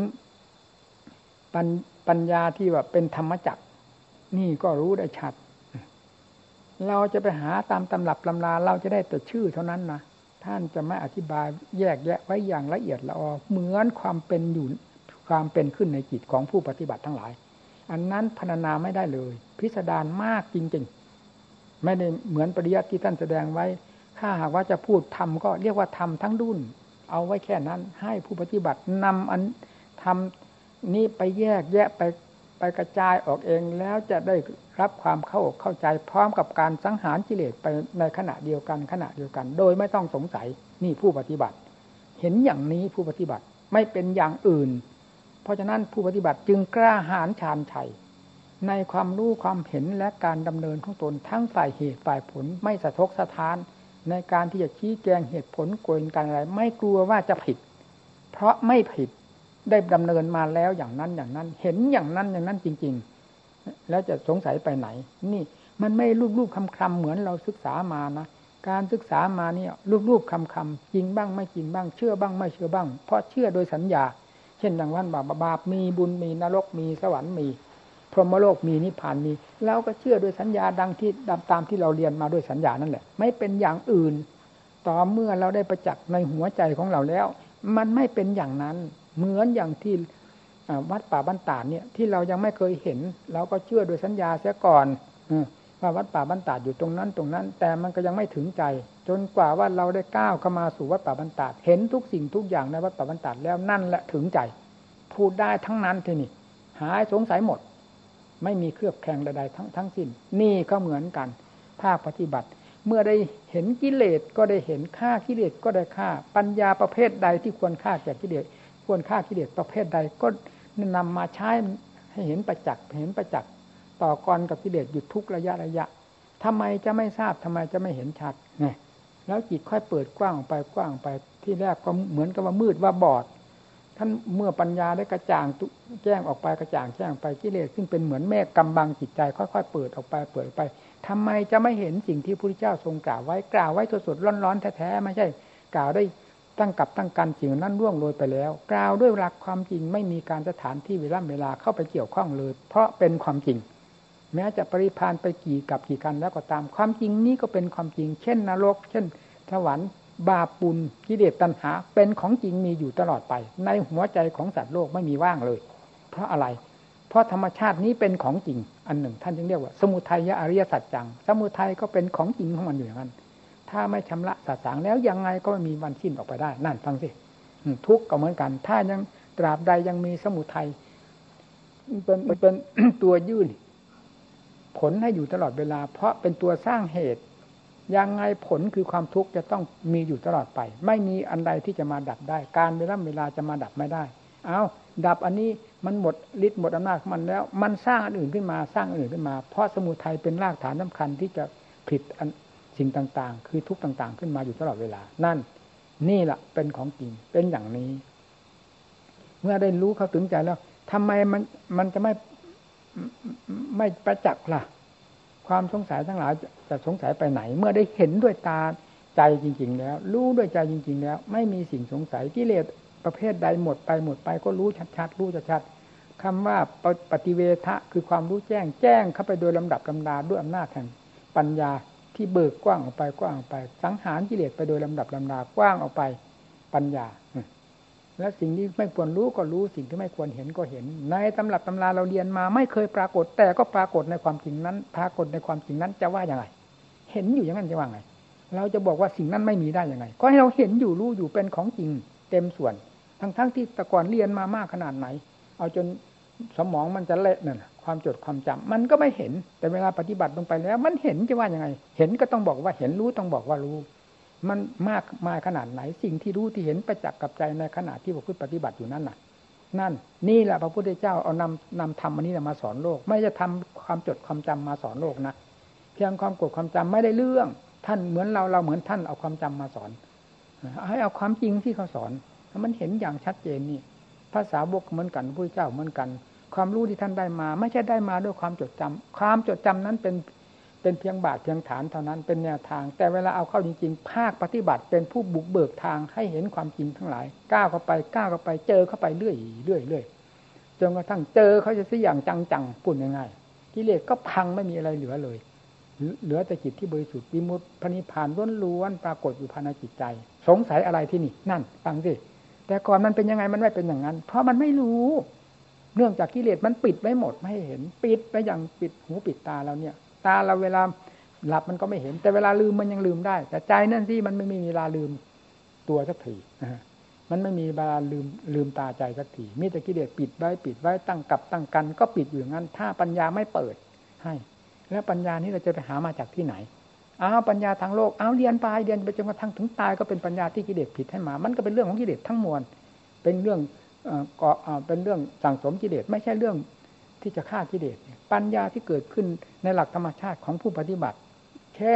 ปัญญาที่ว่าเป็นธรรมจักรนี่ก็รู้ได้ชัดเราจะไปหาตามตำรับตำราเราจะได้แต่ชื่อเท่านั้นนะท่านจะไม่อธิบายแยกแยะไว้อย่างละเอียดละออเหมือนความเป็นอยู่ความเป็นขึ้นในจิตของผู้ปฏิบัติทั้งหลายอันนั้นพรรณนาไม่ได้เลยพิสดารมากจริงๆไม่ได้เหมือนปริยัติที่ท่านแสดงไว้ถ้าหากว่าจะพูดธรรมก็เรียกว่าธรรมทั้งดุนเอาไว้แค่นั้นให้ผู้ปฏิบัตินำอันธรรมนี้ไปแยกแยะไปกระจายออกเองแล้วจะได้รับความเข้าใจพร้อมกับการสังหารกิเลสไปในขณะเดียวกันโดยไม่ต้องสงสัยนี่ผู้ปฏิบัติเห็นอย่างนี้ผู้ปฏิบัติไม่เป็นอย่างอื่นเพราะฉะนั้นผู้ปฏิบัติจึงกล้าหาญชาญชัยในความรู้ความเห็นและการดำเนินของตนทั้งฝ่ายเหตุฝ่ายผลไม่สะทกสะท้านในการที่จะชี้แจงเหตุผลกลไกอะไรไม่กลัวว่าจะผิดเพราะไม่ผิดได้ดำเนินมาแล้วอย่างนั้นอย่างนั้นเห็นอย่างนั้นอย่างนั้นจริงๆแล้วจะสงสัยไปไหนนี่มันไม่รูปๆคำๆเหมือนเราศึกษามานะการศึกษามาเนี่ยรูปๆคำๆจริงบ้างไม่จริงบ้างเชื่อบ้างไม่เชื่อบ้างเพราะเชื่อโดยสัญญาเช่นอย่างว่าบาปมีบุญมีนรกมีสวรรค์มีพรหมโลกมีนิพพานมีเราก็เชื่อโดยสัญญาดังที่ตามที่เราเรียนมาด้วยสัญญานั่นแหละไม่เป็นอย่างอื่นต่อเมื่อเราได้ประจักษ์ในหัวใจของเราแล้วมันไม่เป็นอย่างนั้นเหมือนอย่างที่วัดป่าบ้านตาดเนี่ยที่เรายังไม่เคยเห็นเราก็เชื่อโดยสัญญาเสียก่อนว่าวัดป่าบ้านตาดอยู่ตรงนั้นตรงนั้นแต่มันก็ยังไม่ถึงใจจนกว่าว่าเราได้ก้าวเข้ามาสู่วัดป่าบ้านตาดเห็นทุกสิ่งทุกอย่างในวัดป่าบ้านตาดแล้วนั่นแหละถึงใจพูดได้ทั้งนั้นทีนี้หายสงสัยหมดไม่มีเครือบแคลงใดๆทั้งสิ้นนี่ก็เหมือนกันภาคปฏิบัติเมื่อได้เห็นกิเลสก็ได้เห็นฆ่ากิเลสก็ได้ฆ่าปัญญาประเภทใดที่ควรฆ่าแก่กิเลสควรฆ่ากิเลสประเภทใดก็นำมาใช้ให้เห็นประจักษ์ต่อกรกับกิเลสอยู่ทุกระยะทำไมจะไม่ทราบทำไมจะไม่เห็นชัดเนี่ยแล้วจิตค่อยเปิดกว้างออกไปที่แรกก็เหมือนกับว่ามืดว่าบอดท่านเมื่อปัญญาได้กระจ่างแจ้งออกไปกระจ่างแจ้งไปกิเลสซึ่งเป็นเหมือนเมฆกำบังจิตใจค่อยๆเปิดออกไปทำไมจะไม่เห็นสิ่งที่พระพุทธเจ้าทรงกล่าวไว้สดๆร้อนๆแท้ๆไม่ใช่กล่าวได้ตั้งกับตั้งกันสิ่งนั้นล่วงโรยไปแล้วกล่าวด้วยหลักความจริงไม่มีการสถานที่เวลาเข้าไปเกี่ยวข้องเลยเพราะเป็นความจริงแม้จะปริพานไปกี่กันแล้วก็ตามความจริงนี้ก็เป็นความจริงเช่นนรกเช่นสวรรค์บาปบุญกิเลสตัณหาเป็นของจริงมีอยู่ตลอดไปในหัวใจของสัตว์โลกไม่มีว่างเลยเพราะอะไรเพราะธรรมชาตินี้เป็นของจริงอันหนึ่งท่านจึงเรียกว่าสมุทัยอริยสัจจังสมุทัยก็เป็นของจริงของมันอยู่อย่างนั้นถ้าไม่ชำระสะสางแล้วยังไงก็ไม่มีวันสิ้นออกไปได้นั่นฟังสิทุกข์ก็เหมือนกันถ้ายังตราบใดยังมีสมุทัยเป็น ตัวยื่นผลให้อยู่ตลอดเวลาเพราะเป็นตัวสร้างเหตุยังไงผลคือความทุกข์จะต้องมีอยู่ตลอดไปไม่มีอันใดที่จะมาดับได้การเวลาจะมาดับไม่ได้เอาดับอันนี้มันหมดฤทธิ์หมดอำนาจของมันแล้วมันสร้างอันอื่นขึ้นมาเพราะสมุทัยเป็นรากฐานสำคัญที่จะผลิตสิ่งต่างๆคือทุกข์ต่างๆขึ้นมาอยู่ตลอดเวลานั่นนี่แหละเป็นของจริงเป็นอย่างนี้เมื่อได้รู้เข้าถึงใจแล้วทำไมมันจะไม่ประจักษ์ล่ะความสงสัยทั้งหลายจะสงสัยไปไหนเมื่อได้เห็นด้วยตาใจจริงๆแล้วรู้ด้วยใจจริงๆแล้วไม่มีสิ่งสงสัยกิเลสประเภทใดหมดไปก็รู้ชัดคำว่าปฏิเวทะคือความรู้แจ้งเข้าไปโดยลำดับลำดาด้วยอำนาจแห่งปัญญาที่เบิกกว้างออกไปสังหารกิเลสไปโดยลำดับลำดากว้างออกไปปัญญาและสิ่งที่ไม่ควรรู้ก็รู้สิ่งที่ไม่ควรเห็นก็เห็นในตำรับตำราเราเรียนมาไม่เคยปรากฏแต่ก็ปรากฏในความจริงนั้นปรากฏในความจริงนั้นจะว่ายังไงเห็นอยู่อย่างนั้นจะว่าไงเราจะบอกว่าสิ่งนั้นไม่มีได้ยังไงก็ให้เราเห็นอยู่รู้อยู่เป็นของจริงเต็มส่วนทั้งที่แต่ก่อนเรียนมามากขนาดไหนเอาจนสมองมันจะเละนั่นความจดความจำมันก็ไม่เห็นแต่เวลาปฏิบัติลงไปแล้วมันเห็นจะว่ายังไงเห็นก็ต้องบอกว่าเห็นรู้ต้องบอกว่ารู้มันมากมายขนาดไหนสิ่งที่รู้ที่เห็นประจักษ์กับใจในขณะที่ประพฤติปฏิบัติอยู่นั่นน่ะนี่แหละพระพุทธเจ้าเอานำธรรมอันนี้มาสอนโลกไม่จะทำความจดความจำมาสอนโลกนะเพียงความกดความจำไม่ได้เรื่องท่านเหมือนเราเหมือนท่านเอาความจำมาสอนให้เอาความจริงที่เขาสอนมันเห็นอย่างชัดเจนนี่ภาษาวกเหมือนกันพระพุทธเจ้าเหมือนกันความรู้ที่ท่านได้มาไม่ใช่ได้มาด้วยความจดจำความจดจำนั้นเป็นเพียงบาทเพียงฐานเท่านั้นเป็นแนวทางแต่เวลาเอาเข้าจริงๆภาคปฏิบัติเป็นผู้บุกเบิกทางให้เห็นความจริงทั้งหลายก้าวเข้าไปเจอเข้าไปเรื่อยจนกระทั่งเจอเขาจะสิอย่างจังๆพูดง่ายๆกิเลสก็พังไม่มีอะไรเหลือเลยเหลือแต่จิตที่บริสุทธิ์วิมุตติพระนิพพานล้วนๆปรากฏอยู่ภายในจิตใจสงสัยอะไรที่นี่นั่นฟังสิแต่ก่อนมันเป็นยังไงมันไม่เป็นอย่างนั้นเพราะมันไม่รู้เนื่องจากกิเลสมันปิดไว้หมดไม่ให้เห็นปิดไปอย่างปิดหูปิดตาเราเนี่ยตาเราเวลาหลับมันก็ไม่เห็นแต่เวลาลืมมันยังลืมได้แต่ใจนั่นสิมันไม่มีเวลาลืมตัวสักทีมันไม่มีเวลาลืมตาใจสักทีมีแต่กิเลสปิดไว้ตั้งกับตั้งกันก็ปิดอยู่อย่างนั้นถ้าปัญญาไม่เปิดให้แล้วปัญญานี้เราจะไปหามาจากที่ไหนปัญญาทางโลกเรียนไปจนกระทั่งถึงตายก็เป็นปัญญาที่กิเลสผิดให้มามันก็เป็นเรื่องของกิเลสทั้งมวลเป็นเรื่องเป็นเรื่องสั่งสมกิเลสไม่ใช่เรื่องที่จะฆ่ากิเลสปัญญาที่เกิดขึ้นในหลักธรรมชาติของผู้ปฏิบัติเช่น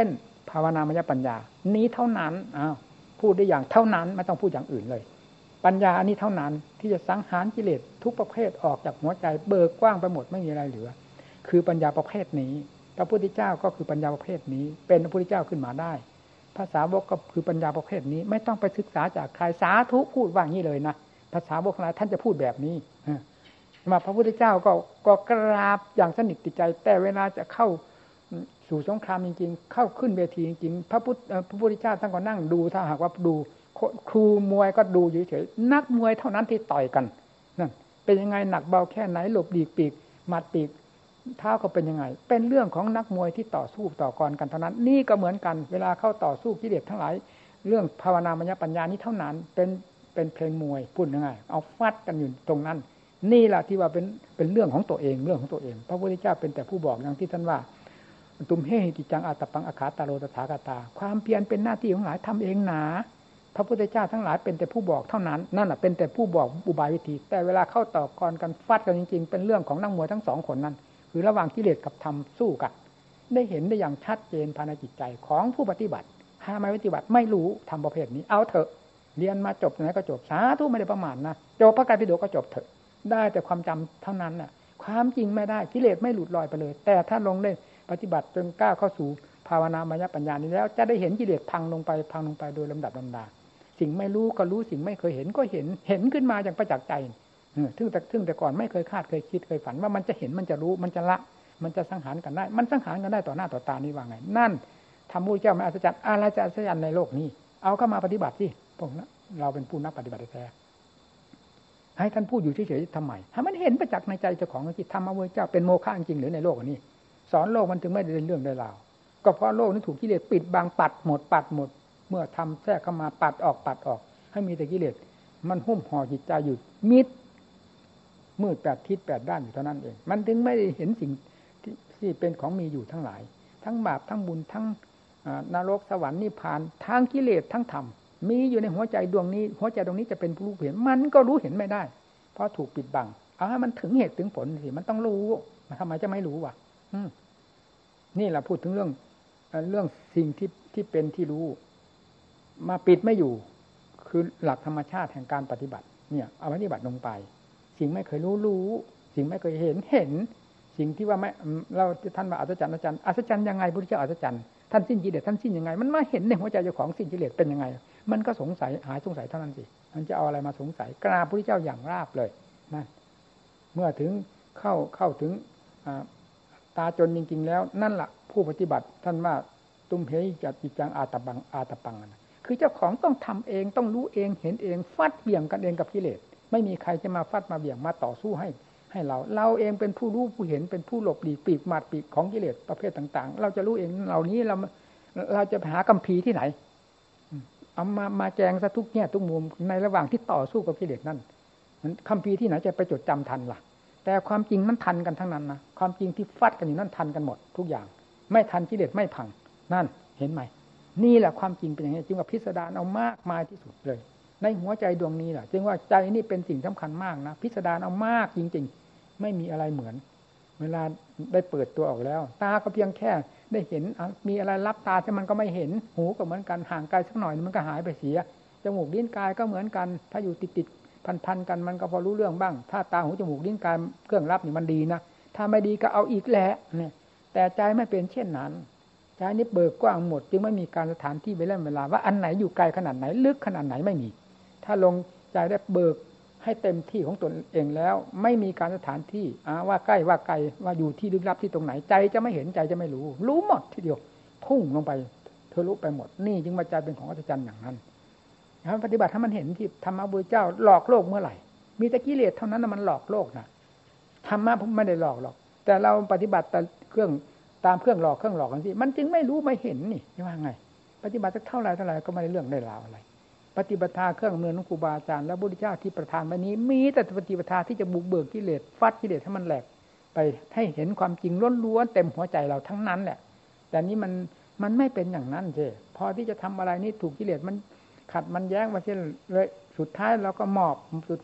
ภาวนามยปัญญานี้เท่านั้นพูดได้อย่างเท่านั้นไม่ต้องพูดอย่างอื่นเลยปัญญาอันนี้เท่านั้นที่จะสังหารกิเลสทุกประเภทออกจากหัวใจเบิกกว้างไปหมดไม่มีอะไรเหลือคือปัญญาประเภทนี้พระพุทธเจ้าก็คือปัญญาประเภทนี้เป็นพระพุทธเจ้าขึ้นมาได้ภาษาวกก็คือปัญญาประเภทนี้ไม่ต้องไปศึกษาจากใครสาธุพูดว่างี้เลยนะภาษาวกทั้งหลายท่านจะพูดแบบนี้มาพระพุทธเจ้าก็กราบอย่างสนิทติดใจแต่เวลาจะเข้าสู่สงครามจริงๆเข้าขึ้นเวทีจริงๆพระพุทธเจ้าท่านก็นั่งดูถ้าหากว่าดูครูมวยก็ดูเฉยๆนักมวยเท่านั้นที่ต่อยกันนั่นเป็นยังไงหนักเบาแค่ไหนหลบดีกปีกหมัดปีกเท้าก็เป็นยังไงเป็นเรื่องของนักมวยที่ต่อสู้ต่อกรกันเท่านั้นนี่ก็เหมือนกันเวลาเข้าต่อสู้กิเลสทั้งหลายเรื่องภาวนามยปัญญานี้เท่านั้นเป็นเพลงมวยพูดยังไงเอาฟัดกันอยู่ตรงนั้นนี่แหละที่ว่าเป็นเรื่องของตัวเองเรื่องของตัวเองพระพุทธเจ้าเป็นแต่ผู้บอกอย่างที่ท่านว่าตุมเฮหิจังอาตปังอาคาตาโรตถาคตาความเพียรเป็นหน้าที่ของหลายทำเองหนาพระพุทธเจ้าทั้งหลายเป็นแต่ผู้บอกเท่านั้นนั่นแหละเป็นแต่ผู้บอกอุบายวิธีแต่เวลาเข้าต่อกรกันฟัดกันจริงๆเป็นเรื่องของนักมวยทั้งสองคนนั้นคือระหว่างกิเลสกับธรรมสู้กันได้เห็นได้อย่างชัดเจนภายในจิตใจของผู้ปฏิบัติถ้าไม่ปฏิบัติไม่รู้ทำประเภทนี้เอาเถอะเรียนมาจบไหนก็จบสาธุไม่ได้ประมาทนะจบพระไตรปิฎกก็จบเถอะได้แต่ความจำเท่านั้นน่ะความจริงไม่ได้กิเลสไม่หลุดลอยไปเลยแต่ถ้าลงได้ปฏิบัติจนก้าวเข้าสู่ภาวนามยปัญญานี้แล้วจะได้เห็นกิเลสพังลงไปโดยลำดับลำดาสิ่งไม่รู้ก็รู้สิ่งไม่เคยเห็นก็เห็นขึ้นมาอย่างประจักษ์ใจซึ่งแต่ก่อนไม่เคยคาดเคยคิดเคยฝันว่ามันจะเห็นมันจะรู้มันจะละมันจะสังหารกันได้มันสังหารกันได้ต่อหน้าต่อตานี่ว่าไงนั่นทำมุ้ยเจ้าไม่อัศจรรย์อะไรจะอัศจรรย์ในโลกนี้เอาเข้ามาปฏิบัติสิพวกนั้นเราเป็นผู้นักปฏิบัติแท้ให้ท่านพูดอยู่เฉยๆทำไมให้มันเห็นประจักษ์ในใจเจ้าของที่ทำมามุ้ยเจ้าเป็นโมฆะจริงหรือในโลกนี้สอนโลกมันถึงไม่ได้เรื่องได้ราวก็เพราะโลกนี้ถูกกิเลสปิดบังปัดหมดเมื่อทำแทรกเข้ามาปัดออกให้มีแต่กิเลสมันหุ้มห่อจิตใจอยู่มิดมืดแปดทิศแปดด้านอยู่เท่านั้นเองมันถึงไม่ได้เห็นสิ่งที่เป็นของมีอยู่ทั้งหลายทั้งบาปทั้งบุญทั้งนรกสวรรค์นิพพานทั้งกิเลสทั้งธรรมมีอยู่ในหัวใจดวงนี้หัวใจดวงนี้จะเป็นผู้รู้เห็นมันก็รู้เห็นไม่ได้เพราะถูกปิดบังเอาให้มันถึงเหตุถึงผลสิมันต้องรู้ทำไมจะไม่รู้วะนี่แหละพูดถึงเรื่องสิ่งที่เป็นที่รู้มาปิดไม่อยู่คือหลักธรรมชาติแห่งการปฏิบัติเนี่ยเอาปฏิบัติลงไปสิ่งไม่เคยรู้สิ่งไม่เคยเห็นสิ่งที่ว่าไม่เราท่านว่าอัศจรรย์อัศจรรย์ยังไงพุทธเจ้าอัศจรรย์ท่านสิ้นกิเลสท่านสิ้นยังไงมันมาเห็นในหัวใจเจ้าของสิ้นกิเลสเป็นยังไงมันก็สงสัยหายสงสัยเท่านั้นสิมันจะเอาอะไรมาสงสัยกราบพุทธเจ้าอย่างราบเลยนั่นเมื่อถึงเข้าถึงตาจนจริงๆแล้วนั่นแหละผู้ปฏิบัติท่านว่าตุมเหยจัดจิจังอาตปังคือเจ้าของต้องทำเองต้องรู้เองเห็นเองฟัดเบี่ยงกันเองกับกิเลสไม่มีใครจะมาฟัดมาเบี่ยงมาต่อสู้ให้เราเองเป็นผู้รู้ผู้เห็นเป็นผู้หลบหลีกปีกหมัดปีกของกิเลสประเภทต่างๆเราจะรู้เองเหล่านี้เราจะหาคัมภีร์ที่ไหนเอามาแจงซะทุกแง่ทุกมุมในระหว่างที่ต่อสู้กับกิเลสนั่นคัมภีร์ที่ไหนจะไปจดจำทันล่ะแต่ความจริงนั้นทันกันทั้งนั้นนะความจริงที่ฟัดกันอยู่นั่นทันกันหมดทุกอย่างไม่ทันกิเลสไม่พังนั่นเห็นไหมนี่แหละความจริงเป็นอย่างนี้จึงว่าพิสดารเอามากมายที่สุดเลยในหัวใจดวงนี้แหละจึงว่าใจนี่เป็นสิ่งสำคัญมากนะพิสดารเอามากจริงๆไม่มีอะไรเหมือนเวลาได้เปิดตัวออกแล้วตาก็เพียงแค่ได้เห็นมีอะไรรับตาที่มันก็ไม่เห็นหูก็เหมือนกันห่างไกลสักหน่อยมันก็หายไปเสียจมูกลิ้นกายก็เหมือนกันถ้าอยู่ติดพันกันมันก็พอรู้เรื่องบ้างถ้าตาหูจมูกลิ้นกายเครื่องรับนี่มันดีนะถ้าไม่ดีก็เอาอีกแหละเนี่ยแต่ใจไม่เป็นเช่นนั้นใจนี้เบิกกว้างหมดจึงไม่มีการสถานที่เวลาว่าอันไหนอยู่ไกลขนาดไหนลึกขนาดไหนไม่มีถ้าลงใจได้เบิกให้เต็มที่ของตนเองแล้วไม่มีการสถานที่ว่าใกล้ว่าไกลว่าอยู่ที่ลึกลับที่ตรงไหนใจจะไม่เห็นใจจะไม่รู้หมดทีเดียวพุ่งลงไปทะลุไปหมดนี่จึงมาใจเป็นของอัศจรรย์อย่างนั้นปฏิบัติให้มันเห็นที่ธรรมะพุทธเจ้าหลอกโลกเมื่อไหร่มีแต่กิเลสเท่านั้นมันหลอกโลกนะธรรมะผมไม่ได้หลอกหรอกแต่เราปฏิบัติแต่ตามเครื่องหลอกกันสิมันจึงไม่รู้ไม่เห็นนี่ว่าไงปฏิบัติสักเท่าไหร่ก็ไม่ได้เรื่องได้ราวอะไรปฏิปทาเครื่องมือของครูบาอาจารย์และพระพุทธเจ้าที่ประทานมานี้มีแต่ปฏิปทาที่จะบุกเบิกกิเลสฟัดกิเลสให้มันแหลกไปให้เห็นความจริงล้วนๆเต็มหัวใจเราทั้งนั้นแหละแต่นี้มันไม่เป็นอย่างนั้นเจ้พอที่จะทำอะไรนี่ถูกกิเลสมันขัดมันแย้งมาเช่นเลยสุดท้ายเราก็หมอบ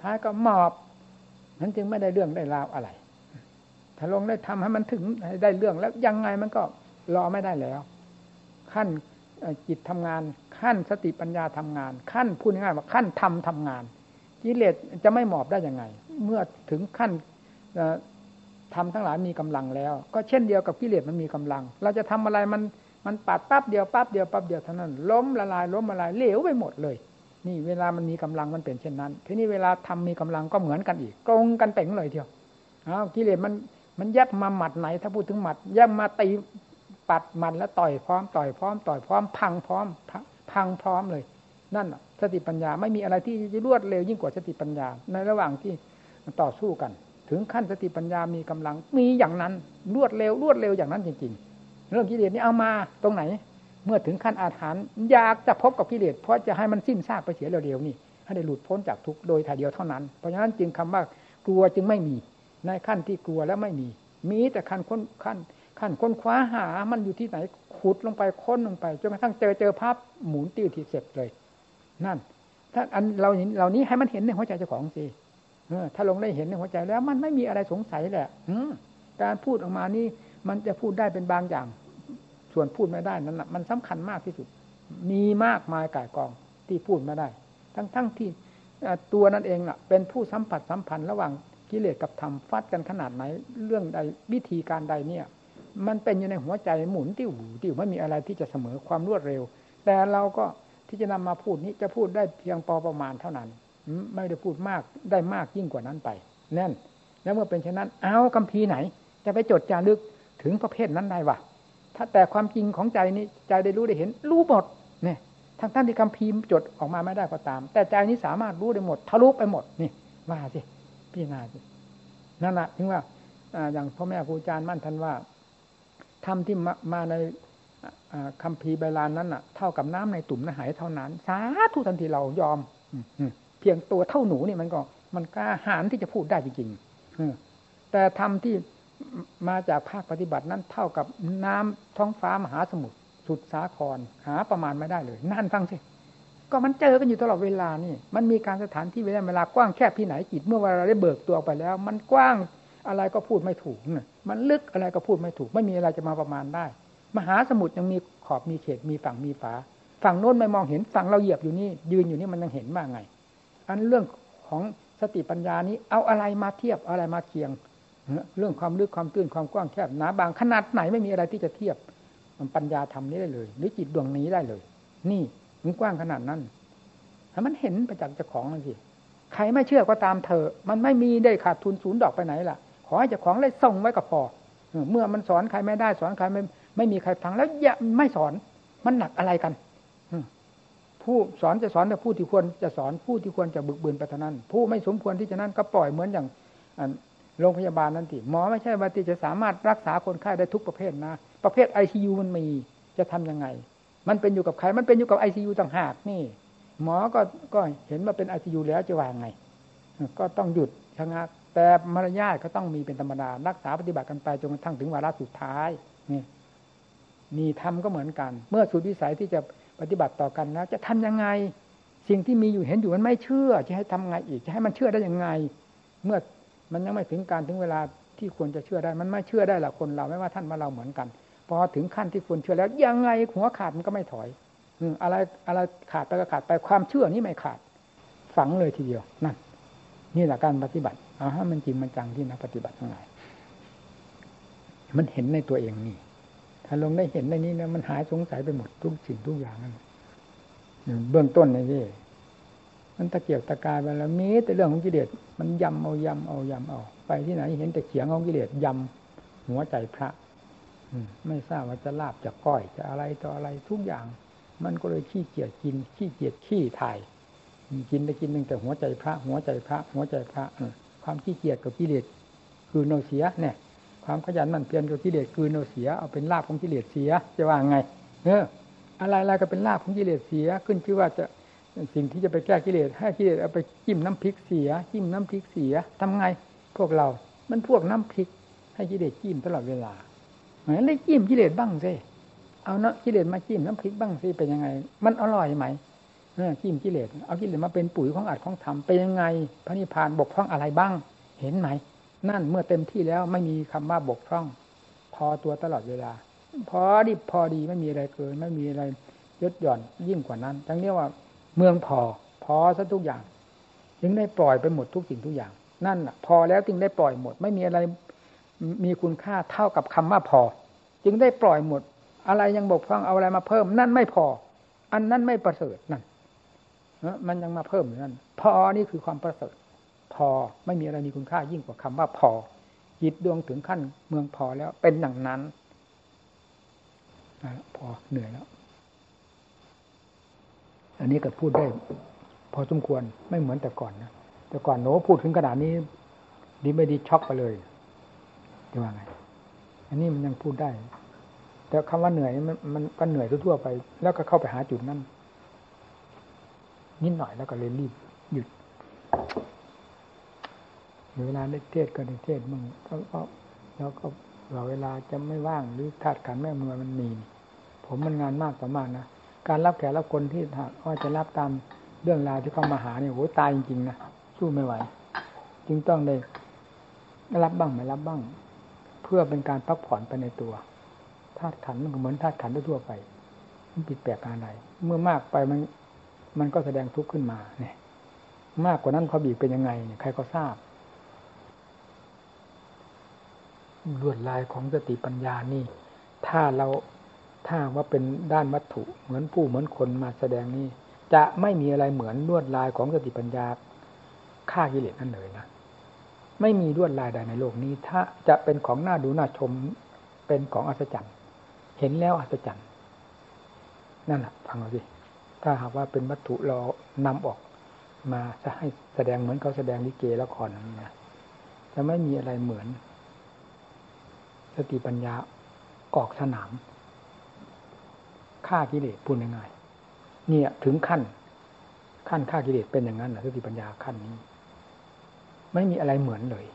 นั้นจึงไม่ได้เรื่องได้ราวอะไรถ้าลงได้ทำให้มันถึงได้เรื่องแล้วยังไงมันก็รอไม่ได้แล้วขั้นจิตทำงานขั้นสติปัญญาทำงานขั้นพูดง่ายๆว่าขั้นธรรมทำงานกิเลสจะไม่หมอบได้ยังไงเมื่อถึงขั้นธรรมทั้งหลายมีกำลังแล้วก็เช่นเดียวกับกิเลสมันมีกำลังเราจะทำอะไรมันปัดปั๊บเดียวเท่านั้นล้มละลายเหลวไปหมดเลยนี่เวลามันมีกำลังมันเป็นเช่นนั้นทีนี้เวลาทำมีกำลังก็เหมือนกันอีกตรงกันเป่งเลยเดียวกิเลสมันแยบมาหมัดไหนถ้าพูดถึงหมัดแยบมาตีปัดมันแล้วต่อยพร้อมพังพร้อมเลยนั่นสติปัญญาไม่มีอะไรที่จะรวดเร็วยิ่งกว่าสติปัญญาในระหว่างที่ต่อสู้กันถึงขั้นสติปัญญามีกำลังมีอย่างนั้นรวดเร็วอย่างนั้นจริงๆเรื่องกิเลสนี่เอามาตรงไหนเมื่อถึงขั้นอาถรรพ์อยากจะพบกับกิเลสเพราะจะให้มันสิ้นซากไปเสียเร็วๆนี่ให้ได้หลุดพ้นจากทุกข์โดยถ่ายเดียวเท่านั้นเพราะฉะนั้นจึงคำว่ากลัวจึงไม่มีในขั้นที่กลัวแล้วไม่มีแต่ขั้นค้นคว้าหามันอยู่ที่ไหนขุดลงไปค้นลงไปจนกระทั่งเจอภาพหมุนติ้วที่เสร็จเลยนั่นถ้าอันเรานี้ให้มันเห็นในหัวใจเจ้าของสิถ้าลงได้เห็นในหัวใจแล้วมันไม่มีอะไรสงสัยแหละการพูดออกมานี่มันจะพูดได้เป็นบางอย่างส่วนพูดไม่ได้นั้นมันสำคัญมากที่สุดมีมากมายก่ายกองที่พูดไม่ได้ทั้งที่ตัวนั้นเองน่ะเป็นผู้สัมพันธ์ระหว่างกิเลสกับธรรมฟัดกันขนาดไหนเรื่องใดวิธีการใดเนี่ยมันเป็นอยู่ในหัวใจหมุนติ้วไม่มีอะไรที่จะเสมอความรวดเร็วแต่เราก็ที่จะนำมาพูดนี้จะพูดได้เพียงพอประมาณเท่านั้นไม่ได้พูดมากได้มากยิ่งกว่านั้นไปแน่นแล้วเมื่อเป็นเช่นนั้นเอาคัมภีร์ไหนจะไปจดจารึกถึงประเภทนั้นได้วะถ้าแต่ความจริงของใจนี้ใจได้รู้ได้เห็นรู้หมดเนี่ยทั้งที่คัมภีร์จดออกมาไม่ได้ก็ตามแต่ใจนี้สามารถรู้ได้หมดทะลุไปหมดนี่ว่าสิพี่นาสินั่นแหละถึงว่าอย่างพ่อแม่ครูอาจารย์มั่นท่านว่าธรรมที่มาในคัมภีร์ใบลานนั้นน่ะเท่ากับน้ำในตุ่มในหายเท่านั้นสาธุทันทีเรายอมเพียงตัวเท่าหนูนี่มันกล้าหาญที่จะพูดได้จริงๆแต่ธรรมที่มาจากภาคปฏิบัตินั้นเท่ากับน้ำท้องฟ้ามหาสมุทรสุดสาครหาประมาณไม่ได้เลยนั่นฟังสิก็มันเจอกันอยู่ตลอดเวลานี่มันมีการสถานที่เวลากว้างแคบที่ไหนจิตเมื่อเวลาได้เบิกตัวออกไปแล้วมันกว้างอะไรก็พูดไม่ถูกมันลึกอะไรก็พูดไม่ถูกไม่มีอะไรจะมาประมาณได้มหาสมุทรยังมีขอบมีเขตมีฝั่งมีฝาฝั่งโน้นไม่มองเห็นฝั่งเราเหยียบอยู่นี่ยืนอยู่นี่มันยังเห็นว่าไงอันเรื่องของสติปัญญานี้เอาอะไรมาเทียบอะไรมาเคียงเรื่องความลึกความตื้นความกว้างแคบหนาบางขนาดไหนไม่มีอะไรที่จะเทียบปัญญาธรรมนี้ได้เลยหรือจิตดวงนี้ได้เลยนี่มันกว้างขนาดนั้นให้มันเห็นประจักษ์เจ้าของนั่นสิใครไม่เชื่อก็ตามเถอะมันไม่มีได้ขาดทุนศูนย์ดอกไปไหนล่ะขอให้เจ้าของเลยส่งไว้ก็พอเมื่อมันสอนใครไม่ได้สอนใครไม่มีใครฟังแล้วอย่าไม่สอนมันหนักอะไรกันผู้สอนจะสอนแต่ผู้ที่ควรจะสอนผู้ที่ควรจะบึกบืนไปเท่านั้นผู้ไม่สมควรที่จะนั่นก็ปล่อยเหมือนอย่างโรงพยาบาลนั่นสิหมอไม่ใช่ว่าที่จะสามารถรักษาคนไข้ได้ทุกประเภทนะประเภท ICU มันมีจะทำยังไงมันเป็นอยู่กับใครมันเป็นอยู่กับ ICU ต่างหากนี่หมอก็เห็นว่าเป็น ICU แล้วจะว่าไงก็ต้องหยุดชะงักแต่มารยาทก็ต้องมีเป็นธรรมดารักษาปฏิบัติกันไปจนกระทั่งถึงวาระสุดท้ายนี่ธรรมก็เหมือนกันเมื่อสุดวิสัยที่จะปฏิบัติต่อกันแล้วจะทำยังไงสิ่งที่มีอยู่เห็นอยู่มันไม่เชื่อจะให้ทำไงอีกจะให้มันเชื่อได้ยังไงเมื่อมันยังไม่ถึงการถึงเวลาที่ควรจะเชื่อได้มันไม่เชื่อได้หรอกคนเราไม่ว่าท่านว่าเราเหมือนกันพอถึงขั้นที่ควรเชื่อแล้วยังไงหัวขาดมันก็ไม่ถอยอะไรขาดไปก็ขาดไปความเชื่อนี้ไม่ขาดฝังเลยทีเดียวนั่นนี่แหละการปฏิบัติเอาให้มันจริงมันจังที่นักปฏิบัติทั้งหลายมันเห็นในตัวเองนี่ถ้าลงได้เห็นในนี้แล้วมันหายสงสัยไปหมดทุกสิ่งทุกอย่างนั่นเบื้องต้นนี่มันตะเกียบตะกายไปแล้วมีแต่เรื่องของกิเลสมันยำเอาไปที่ไหนเห็นแต่เขียงของกิเลสยำหัวใจพระไม่ทราบว่าจะลาบจะก้อยจะอะไรต่ออะไรทุกอย่างมันก็เลยขี้เกียจกินขี้เกียจขี้ถ่ายกินได้กินนึงแต่หัวใจพระความขี้เกียจกับกิเลสคือโนเสียเนี่ยความขยันหมั่นเพียรกับกิเลสคือโนเสียเอาเป็นลาภของกิเลสเสียจะว่าไงอะไรก็เป็นลาภของกิเลสเสียขึ้นชื่อว่าจะสิ่งที่จะไปแก้กิเลสให้กิเลสเอาไปจิ้มน้ำพริกเสียทำไงพวกเรามันพวกน้ำพริกให้กิเลสจิ้มตลอดเวลาเหมือนได้จิ้มกิเลสบ้างสิเอาเนาะกิเลสมาจิ้มน้ำพริกบ้างสิเป็นยังไงมันอร่อยไหมจิ้มกิเลสเอากิเลสมาเป็นปุ๋ยของอัดของธรรมเป็นยังไงพระนิพพานบกพร่องอะไรบ้างเห็นไหมนั่นเมื่อเต็มที่แล้วไม่มีคำว่าบกพร่องพอตัวตลอดเวลาพอดีไม่มีอะไรเกินไม่มีอะไรยศหย่อนยิ่งกว่านั้นทั้งนี้ว่าเมืองพอซะทุกอย่างจึงได้ปล่อยไปหมดทุกสิ่งทุกอย่างนั่นน่ะพอแล้วจึงได้ปล่อยหมดไม่มีอะไรมีคุณค่าเท่ากับคำว่าพอจึงได้ปล่อยหมดอะไรยังบกพร่องเอาอะไรมาเพิ่มนั่นไม่พออันนั้นไม่ประเสริฐนั่นมันยังมาเพิ่มอยู่นั่นพอนี่คือความประเสริฐพอไม่มีอะไรมีคุณค่ายิ่งกว่าคำว่าพอจิตดวงถึงขั้นเมืองพอแล้วเป็นอย่างนั้นพอเหนื่อยแล้วอันนี้ก็พูดได้พอสมควรไม่เหมือนแต่ก่อนนะแต่ก่อนโน้พูดถึงขนาดนี้ดีไม่ดีช็อกไปเลยจะว่าไงอันนี้มันยังพูดได้แต่คำว่าเหนื่อยมันก็เหนื่อยทั่วไปแล้วก็เข้าไปหาจุดนั้นนิดหน่อยแล้วก็เลยรีบหยุดเวลาได้เทศก็ได้เทศมั่งแล้วก็เวลาจะไม่ว่างหรือธาตุขันธ์แม่มือมันมีผมมันงานมากต่อมากนะการรับแขกรับคนที่ว่าจะรับตามเรื่องราวที่เขามาหาเนี่ยโหตายจริงๆนะสู้ไม่ไหวจึงต้องได้รับบ้างไม่รับบ้างเพื่อเป็นการพักผ่อนไปในตัวธาตุขันธ์มันก็เหมือนธาตุขันธ์ทั่วไปมันผิดแปลกอะไรเมื่อมากไปมันก็แสดงทุกข์ขึ้นมาเนี่ยมากกว่านั้นเขาบีบเป็นยังไงเนี่ยใครก็ทราบลวดลายของสติปัญญานี่ถ้าว่าเป็นด้านวัตถุเหมือนผู้เหมือนคนมาแสดงนี่จะไม่มีอะไรเหมือนลวดลายของสติปัญญาฆ่ากิเลสนั่นเลยนะไม่มีลวดลายใดในโลกนี้ถ้าจะเป็นของน่าดูน่าชมเป็นของอัศจรรย์เห็นแล้วอัศจรรย์นั่นแหละฟังเอาสิถ้าหากว่าเป็นวัตถุเรานำออกมาจะให้แสดงเหมือนเขาแสดงลิเกละครอย่างนี้นะจะไม่มีอะไรเหมือนสติปัญญาออกสนามฆ่ากิเลสพูดง่ายๆเนี่ยถึงขั้นฆ่ากิเลสเป็นอย่างนั้นนะสติปัญญาขั้นนี้ไม่มีอะไรเหมือนเลย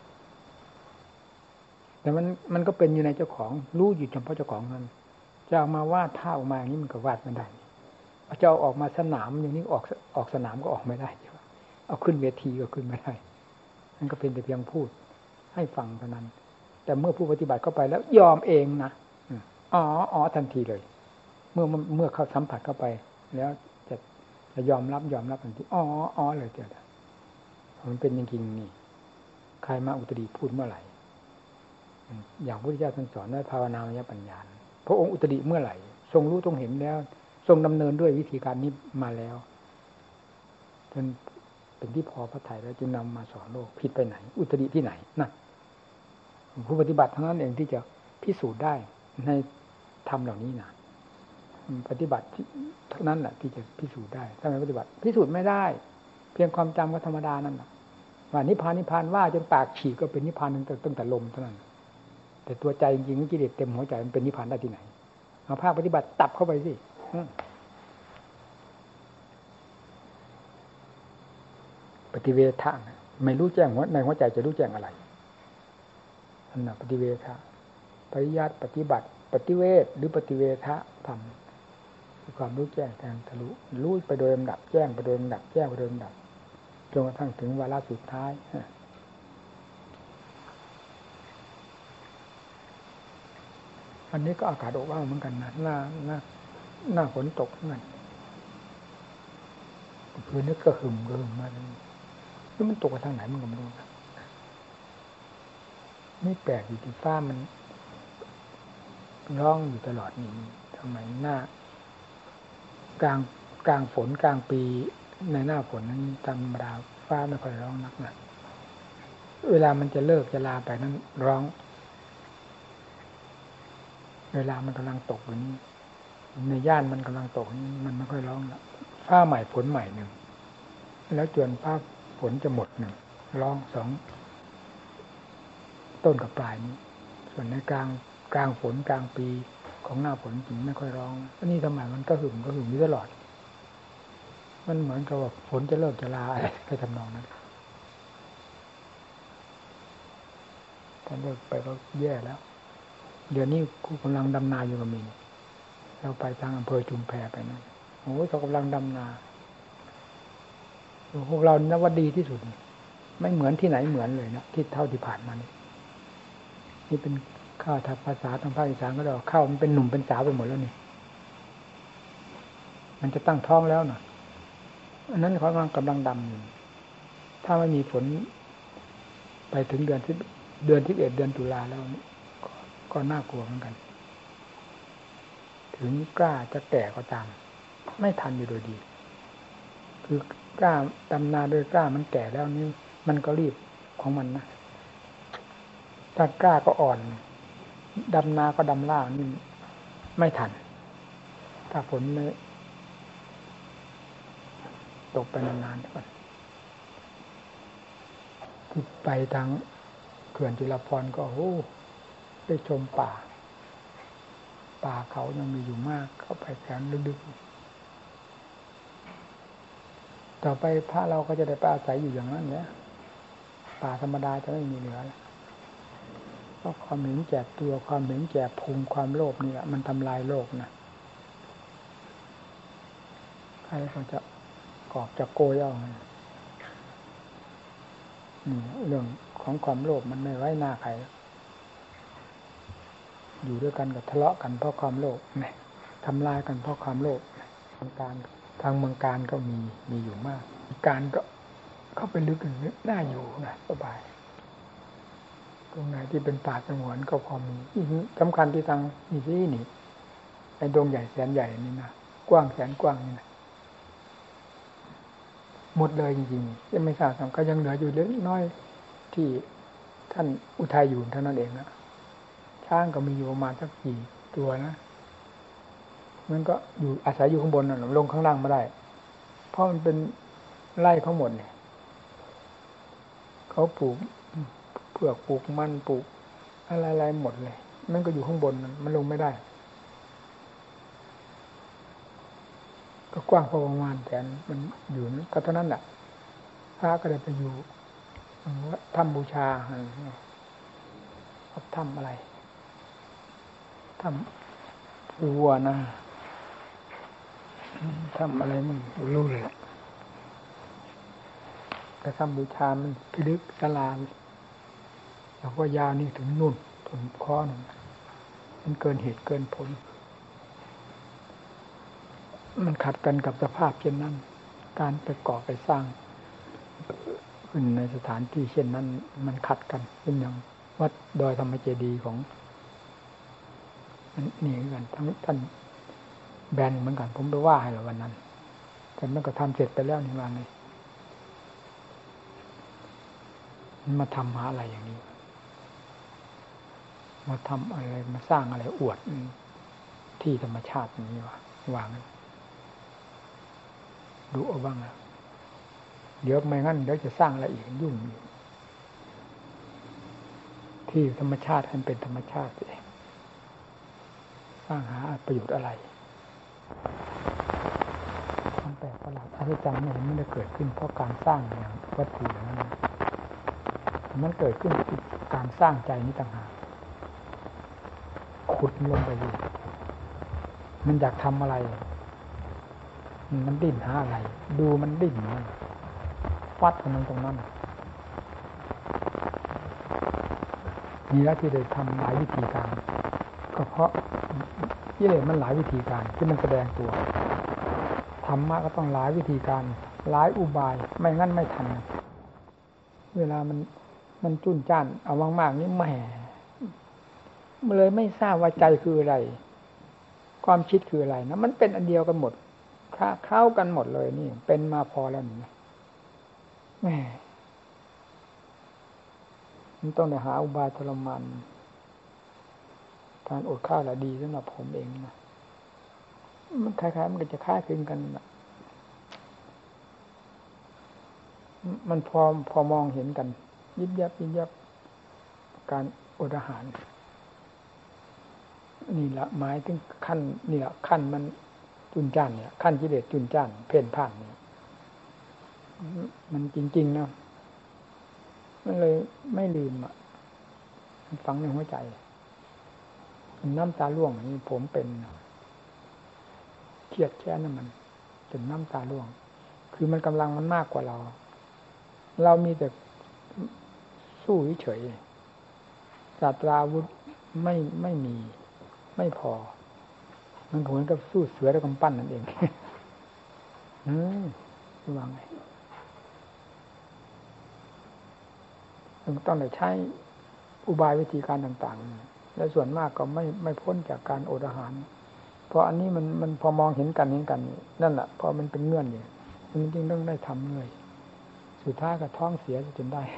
แต่มันก็เป็นอยู่ในเจ้าของรู้อยู่เฉพาะเจ้าของนั้นจะเอามาวาดท่าออกมาอย่างนี้มันก็วาดไม่ได้จะเอาออกมาสนามอย่างนี้ออกสนามก็ออกไม่ได้ใช่ไหมเอาขึ้นเวทีก็ขึ้นไม่ได้มันก็เป็นแต่เพียงพูดให้ฟังเท่านั้นแต่เมื่อผู้ปฏิบัติเข้าไปแล้วยอมเองนะอ๋อทันทีเลยเมื่อเข้าสัมผัสเข้าไปแล้วจะยอมรับทันทีอ๋อเลยเจ้ามันเป็นจริงๆนี่ใครมาอุตริพูดเมื่อไหร่อย่างพระพุทธเจ้าท่านสอนว่าภาวนามยปัญญาพระองค์อุตริเมื่อไหร่ทรงรู้ทรงเห็นแล้วทรงดำเนินด้วยวิธีการนี้มาแล้วจนเป็นที่พอพระทัยแล้วจึงนำมาสอนโลกผิดไปไหนอุตริที่ไหนนะผู้ปฏิบัติทั้งนั้นเองที่จะพิสูจน์ได้ในธรรมเหล่านี้นะปฏิบัติเท่านั้นแหละที่จะพิสูจน์ได้ถ้าไม่ปฏิบัติพิสูจน์ไม่ได้เพียงความจำก็ธรรมดานั่นแหละว่านิพพานว่าจนปากฉีกก็เป็นนิพพานตั้งแต่ลมเท่านั้นแต่ตัวใจจริงๆกิเลสเต็มหัวใจมันเป็นนิพพานได้ที่ไหนเอาภาคปฏิบัติตับเข้าไปสิปฏิเวทะไม่รู้แจ้งในหัวใจจะรู้แจ้งอะไรนั่นน่ะปฏิเวทะปริยัติปฏิบัติปฏิเวทหรือปฏิเวทะธรรมคือความรู้แจ้งแทงทะลุรู้ไปโดยลำดับแจ้งไปโดยลำดับแจ้งไปโดยลำดับจนกระทั่งถึงวาระสุดท้ายอันนี้ก็อากาศอบอ้าวเหมือนกันนะหน้าฝนตกเหมือนกันคืนนี้ก็หึมมาแล้วมันตกไปทางไหนมันก็ไม่รู้ไม่แปลกอยู่ที่ฟ้ามันร้องอยู่ตลอดนี่ทำไมหน้ากลางฝนกลางปีในหน้าฝนนั้นธรรมดาฟ้าไม่ค่อยร้องนักนะเวลามันจะเลิกจะลาไปนั้นร้องเวลามันกำลังตกอย่างนี้ในย่านมันกำลังตกนี้มันไม่ค่อยร้องละฟ้าใหม่ฝนใหม่หนึ่งแล้วจนฟ้าฝนจะหมดหนึ่งร้องสองต้นกับปลายนี้ส่วนในกลางฝนกลางปีของหน้าฝนจริงไม่ค่อยร้องอันนี้ทำไมมันก็หึมอยู่ตลอดมันเหมือนกับว่าฝนจะเลิกจะลาอะไรไปทำนองนั้นถ้าเลิกไปก็แย่แล้วเดี๋ยวนี้คู่กำลังดำนาอยู่กับมีเราไปทางอำเภอชุมแพไปนั่นโอ้ยเขากำลังดำนาพวกเรานี่ว่าดีที่สุดไม่เหมือนที่ไหนเหมือนเลยนะที่เท่าที่ผ่านมานี่เป็นข้าวทับภาษาทางภาคอีสานก็เราเข้ามันเป็นหนุ่มเป็นสาวไปหมดแล้วนี่มันจะตั้งท้องแล้วน่ะอันนั้นเขากำลังดำอยู่ถ้าไม่มีฝนไปถึงเดือนที่เดือนตุลาแล้วก็น่ากลัวเหมือนกันถึงกล้าจะแก่ก็ตามไม่ทันอยู่โดยดีคือกล้าดำนาโดยกล้ามันแก่แล้วนี่มันก็รีบของมันนะถ้ากล้าก็อ่อนดำนาก็ดำล่านี่ไม่ทันถ้าฝนไม่ตกไปนานๆก่อนที่ไปทางเขื่อนจุฬาภรณ์ก็ได้ชมป่าเขายังมีอยู่มากเข้าไปแสนลึกๆต่อไปพระเราก็จะได้ไปอาศัยอยู่อย่างนั้นเนี่ยป่าธรรมดาจะไม่มีเหลือแล้วเพราะความเห็นแก่ตัวความเห็นแก่ภูมิความโลภนี่แหละมันทำลายโลกนะใครก็จะกอบจะโกยเอาเรื่องของความโลภมันไม่ไว้หน้าใครอยู่ด้วยกันกับทะเลาะกันเพราะความโลภเนี่ยทำลายกันเพราะความโลภทางเมืองการก็มีอยู่มากการก็เข้าไปลึกน่าอยู่นะสบายตรงไหนที่เป็นป่าสงวนก็พอมีสำคัญที่ทางนี่ไอ้ดงใหญ่แสนใหญ่นี่นะกว้างแสนกว้างนี่นะหมดเลยจริงๆยังไม่ทราบก็ยังเหลืออยู่เล็กน้อยที่ท่านอุทัยอยู่เท่านั้นเองนะช้างก็มีอยู่ประมาณสักกี่ตัวนะมันก็อยู่อาศัยอยู่ข้างบนน่ะลงข้างล่างไม่ได้เพราะมันเป็นไร่เขาหมดเนี่ยเขาปลูกเผือกปลูกมันปลูกอะไรๆหมดเลยมันก็อยู่ข้างบนมันลงไม่ได้ก็กว้างพอประมาณแต่มันอยู่ก็เท่านั้นแหละพระก็เลยไปอยู่ทำบูชาทำอะไรทำวัวนะทำอะไรมันรู้เลยแต่ทำบูชามันพิลึกศาลาแล้วก็ยาวนี่ถึงนู่นถึงข้อนึงมันเกินเหตุเกินผลมันขัดกันกับสภาพเช่นนั้นการไปก่อไปสร้างขึ้นในสถานที่เช่นนั้นมันขัดกันเป็นอย่างวัดดอยธรรมเจดีย์ของนี่เหมือนกันทั้งท่านแบนเหมือนกันผมไปว่าให้แล้ววันนั้นแต่มันก็ทำเสร็จไปแล้วนี่ว่าไงมันมาทำหาอะไรอย่างนี้มาทำอะไรมาสร้างอะไรอวดที่ธรรมชาตินี้วางดูเอาบ้างนะเดี๋ยวไม่งั้นเดี๋ยวจะสร้างอะไรอีกยุ่งที่ธรรมชาติให้เป็นธรรมชาติเองสร้างหาประโยชน์อะไรมันแปลกประหลาดอัศจรรย์มันไม่ได้เกิดขึ้นเพราะการสร้างอย่างวัตถุอย่างนั้นมันเกิดขึ้นจากการสร้างใจนี้ต่างหากขุดลงไปดูมันอยากทำอะไรมันดิ้นหาอะไรดูมันดิ้นมันฟัดมันตรงนั้นนี่แหละที่ได้ทำหลายวิธีการก็เพราะกิเลสมันหลายวิธีการที่มันแสดงตัวธรรมะก็ต้องหลายวิธีการหลายอุบายไม่งั้นไม่ทันเวลามันจุ่นจ้านเอามากๆนี่แหมเลยไม่ทราบว่าใจคืออะไรความคิดคืออะไรนะมันเป็นอันเดียวกันหมดเข้ากันหมดเลยนี่เป็นมาพอแล้วนี่แหมมันต้องหาอุบายทรมานการอดข้าวละดีสำหรับผมเองนะมันคล้ายๆมันก็จะคล้ายคลึงกันนะมันพอมองเห็นกันยิบยับการอดอาหารนี่แหละหมายถึงขั้นนี่แหละขั้นมันจุนจ้านเนี่ยขั้นกิเลสจุนจ้านเพ่นพ่านเนี่ยมันจริงๆนะมันเลยไม่ลืมมันฝังในหัวใจน้ำตาร่วงนี่ผมเป็นเครียดแค้นมันจนน้ำตาร่วงคือมันกำลังมันมากกว่าเรามีแต่สู้เฉยศาสตราวุธไม่มีไม่พอมันเหมือนกับสู้เสือและกำปั้นนั่นเองอืมว่าไงต้องได้ใช้อุบายวิธีการต่างๆและส่วนมากก็ไม่พ้นจากการอดอาหารเพราะอันนี้มันพอมองเห็นกันนี่นั่นแหละพอมันเป็นเงื่อนอยู่มันจึงต้องได้ทำเลยสุดท้ายก็ท้องเสียจนได้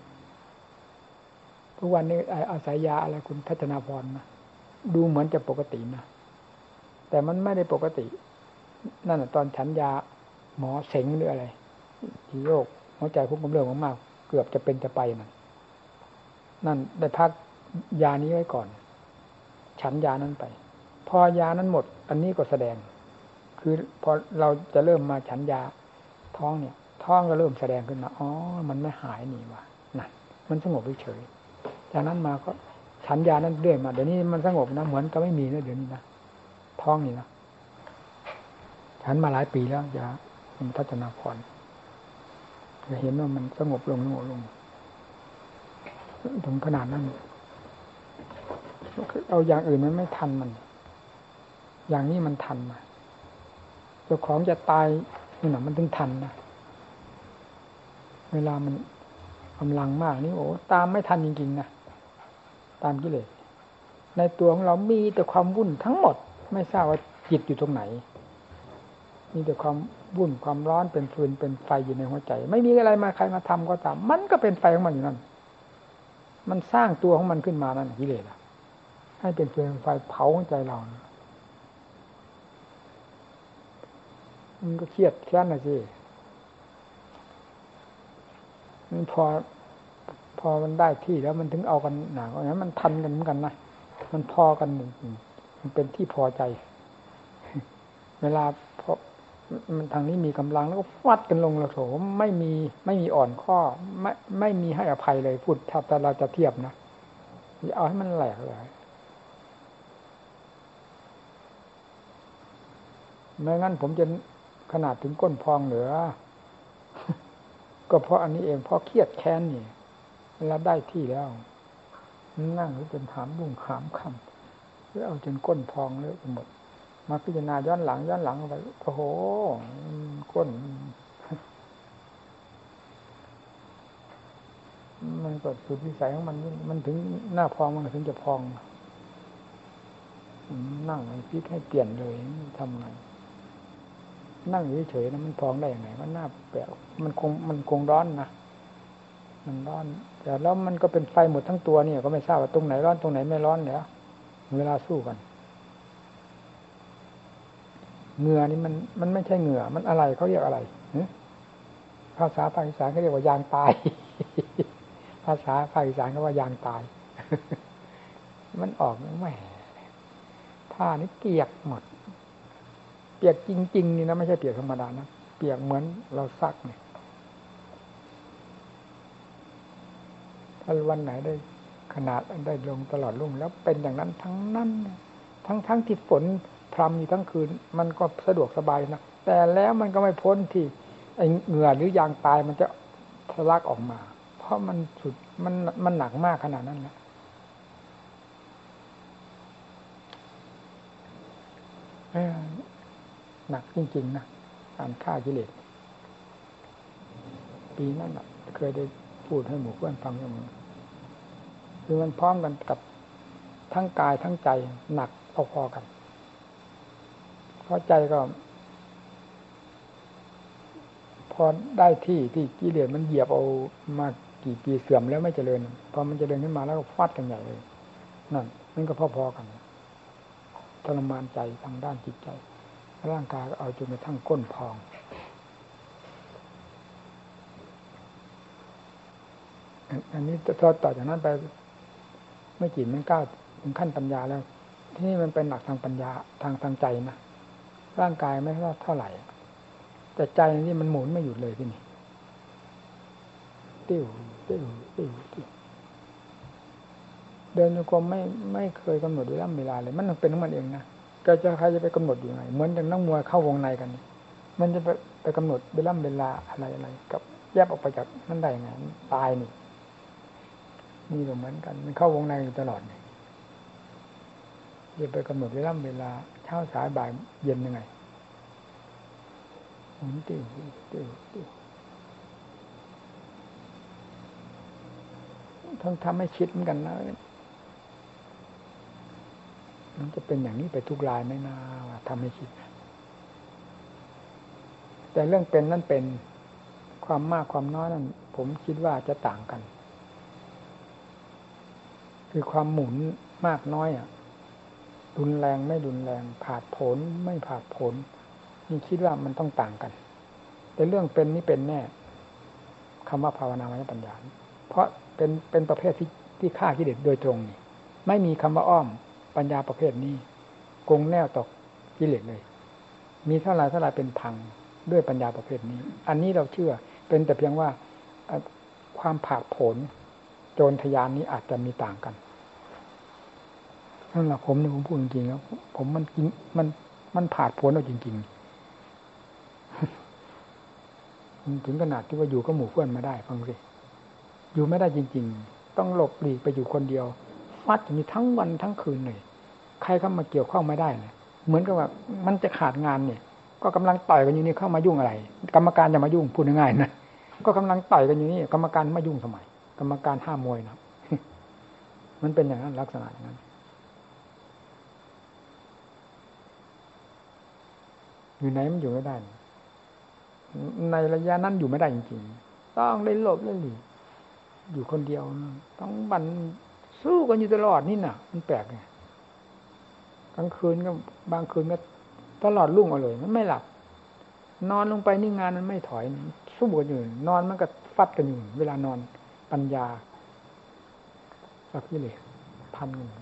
ทุกวันนี้อาศัยยาอะไรคุณพัฒนาพรนะดูเหมือนจะปกตินะแต่มันไม่ได้ปกตินั่นแหะตอนฉันยาหมอเสงหรืออะไรที่โรคหัวใจพุ่งกำเริบมากๆเกือบจะเป็นจะไปนั่นได้พักยานี้ไว้ก่อนฉันยานั้นไปพอยานั้นหมดอันนี้ก็แสดงคือพอเราจะเริ่มมาฉันยาท้องเนี่ยท้องก็เริ่มแสดงขึ้นมาอ๋อมันไม่หายนี่ว่ะนั่นมันสงบเฉยจากนั้นมาก็ฉันยานั้นเรื่อยมาเดี๋ยวนี้มันสงบนะเหมือนก็ไม่มีนะเดี๋ยวนี้นะท้องนี่นะฉันมาหลายปีแล้วยาพัฒนาพรจะเห็นว่ามันสงบลงถึงขนาดนั้นเอาอย่างอื่นมันไม่ทันมันอย่างนี้มันทันมาเจ้าของจะตายนี่นะมันถึงทันนะเวลามันกำลังมากนี่โอ้ตามไม่ทันจริงๆนะตามกิเลสในตัวของเรามีแต่ความวุ่นทั้งหมดไม่ทราบว่าจิตอยู่ตรงไหนมีแต่ความวุ่นความร้อนเป็นฟืนเป็นไฟอยู่ในหัวใจไม่มีอะไรมาใครมาทำก็ตามมันก็เป็นไฟของมันอยู่นั่นมันสร้างตัวของมันขึ้นมานั่นกิเลสให้เป็นฟืนเป็นไฟเผาหัวใจเรามันก็เครียดแค้นนะสิมันพอมันได้ที่แล้วมันถึงเอากันหนาเพราะงั้นมันทันกันเหมือนกันนะมันพอกันมันเป็นที่พอใจเวลาพอมันทางนี้มีกำลังแล้วก็ฟัดกันลงแล้วโถไม่มีอ่อนข้อไม่มีให้อภัยเลยพูดถ้าเราจะเทียบนะเอาให้มันแหลกเลยไม่งั้นผมจะขนาดถึงก้นพองเหลือก็เพราะอันนี้เองเพราะเครียดแค้นนี่เวลาได้ที่แล้วนั่งหรือจนหามรุ่งหามค่ำหรือเอาจนก้นพองเลยหมดมาพิจารณาย้อนหลังไปโอ้โหก้นมันก็สุดวิสัยของมันถึงหน้าพองมันถึงจะพองนั่งพลิกให้เปลี่ยนเลยทำไงนั่งเฉยๆนะมันพองได้ยังไงมันหน้าแปลกมันคงร้อนนะมันร้อนแต่แล้วมันก็เป็นไฟหมดทั้งตัวเนี่ยก็ไม่ทราบว่าตรงไหนร้อนตรงไหนไม่ร้อนเนี่ยเวลาสู้กันเหงื่อนี่มันไม่ใช่เหงื่อมันอะไรเขาเรียกอะไรภาษาภาคอีสานเขาเรียกว่ายางตายภาษาภาคอีสานเขาว่ายางตายมันออกแหมผ้านี่เปียกหมดเปียกจริงๆนี่นะไม่ใช่เปียกธรรมดานะเปียกเหมือนเราซักเนี่ยถ้าวันไหนได้ขนาดได้ลงตลอดรุ่งแล้วเป็นอย่างนั้นทั้งนั้นทั้งที่ฝนพรำอยู่ทั้งคืนมันก็สะดวกสบายนะแต่แล้วมันก็ไม่พ้นที่ไอ้เหงื่อหรือยางตายมันจะทะลักออกมาเพราะมันสุดมันหนักมากขนาดนั้นนะหนักจริงๆนะการฆ่ากิเลสปีนั้นเคยได้พูดให้หมู่เพื่อนฟังอย่างนี้คือมันพร้อมกันกับทั้งกายทั้งใจหนักพอๆกันเพราะใจก็พอได้ที่กิเลสมันเหยียบเอามากี่ปีเสื่อมแล้วไม่เจริญพอมันเจริญขึ้นมาแล้วก็ฟาดกันใหญ่เลยนั่นมันก็พอๆกันทรมานใจทางด้านจิตใจร่างกายก็เอาจนกระทั่งก้นพองอันนี้ต่อจากนั้นไปไม่กี่มันก้าวถึงขั้นปัญญาแล้วที่นี่มันเป็นหนักทางปัญญาทางใจนะร่างกายไม่เท่าไหร่แต่ใจนี่มันหมุนไม่หยุดเลยที่นี่ติ้วเดินโยกไม่เคยกำหนดเวลาเลยมันเป็นของมันเองนะจะใครจะไปกำหนดอยู่ไงเหมือนอย่างนักมวยเข้าวงในกันมันจะไปกำหนดเวลาอะไรกับแยกออกไปจากนั่นได้ยังไงตายนี่ก็เหมือนกันมันเข้าวงในอยู่ตลอดเนี่ยจะไปกำหนดเวลาเช้าสายบ่ายเย็นยังไงมุนติ้วติ้วติ้วทั้งทำให้คิดเหมือนกันนะมันจะเป็นอย่างนี้ไปทุกรายไหมนะว่าทำให้คิดแต่เรื่องเป็นนั่นเป็นความมากความน้อยนั่นผมคิดว่าจะต่างกันคือความหมุนมากน้อยรุนแรงไม่รุนแรงผาดโผนไม่ผาดโผนนี่คิดว่ามันต้องต่างกันแต่เรื่องเป็นนี่เป็นแน่คำว่าภาวนามยปัญญาเพราะเป็นประเภทที่ฆ่ากิเลสโดยตรงนี่ไม่มีคำว่าอ้อมปัญญาประเภทนี้กงแนวต่อกิเลสเลยมีเท่าไรเป็นพังด้วยปัญญาประเภทนี้อันนี้เราเชื่อเป็นแต่เพียงว่าความผาดโผนโจรทยานนี้อาจจะมีต่างกันนั่นแหละผมพูดจริงๆแล้วผมมันผาดโผนเอาจริงๆถึงขนาดที่ว่าอยู่กับหมู่เพื่อนมาได้ฟังสิอยู่ไม่ได้จริงๆต้องหลบหลีกไปอยู่คนเดียวฟัดอย่างนี้ทั้งวันทั้งคืนเลยใครเข้ามาเกี่ยวข้องไม่ได้เลยเหมือนกับว่ามันจะขาดงานเนี่ยก็กำลังต่อยกันอยู่นี่เข้ามายุ่งอะไรกรรมการจะมายุ่งพูดง่ายๆนะก็กำลังต่อยกันอยู่นี่กรรมการมายุ่งทำไมกรรมการห้ามมวยนะมันเป็นอย่างนั้นลักษณะอย่างนั้นอยู่ไหนมันอยู่ไม่ได้ในระยะนั้นอยู่ไม่ได้จริงๆต้องเล่นหลบเล่นหลีอยู่คนเดียวต้องบันสู้กันอยู่ตลอดนี่น่ะมันแปลกไงกลางคืนก็บางคืนก็ตลอดรุ่งเอาเลยมันไม่หลับนอนลงไปนี่งานมันไม่ถอยสู้กันอยู่นอนมันก็ฟัดกันอยู่เวลานอนปัญญาสักทีเลยพันกัน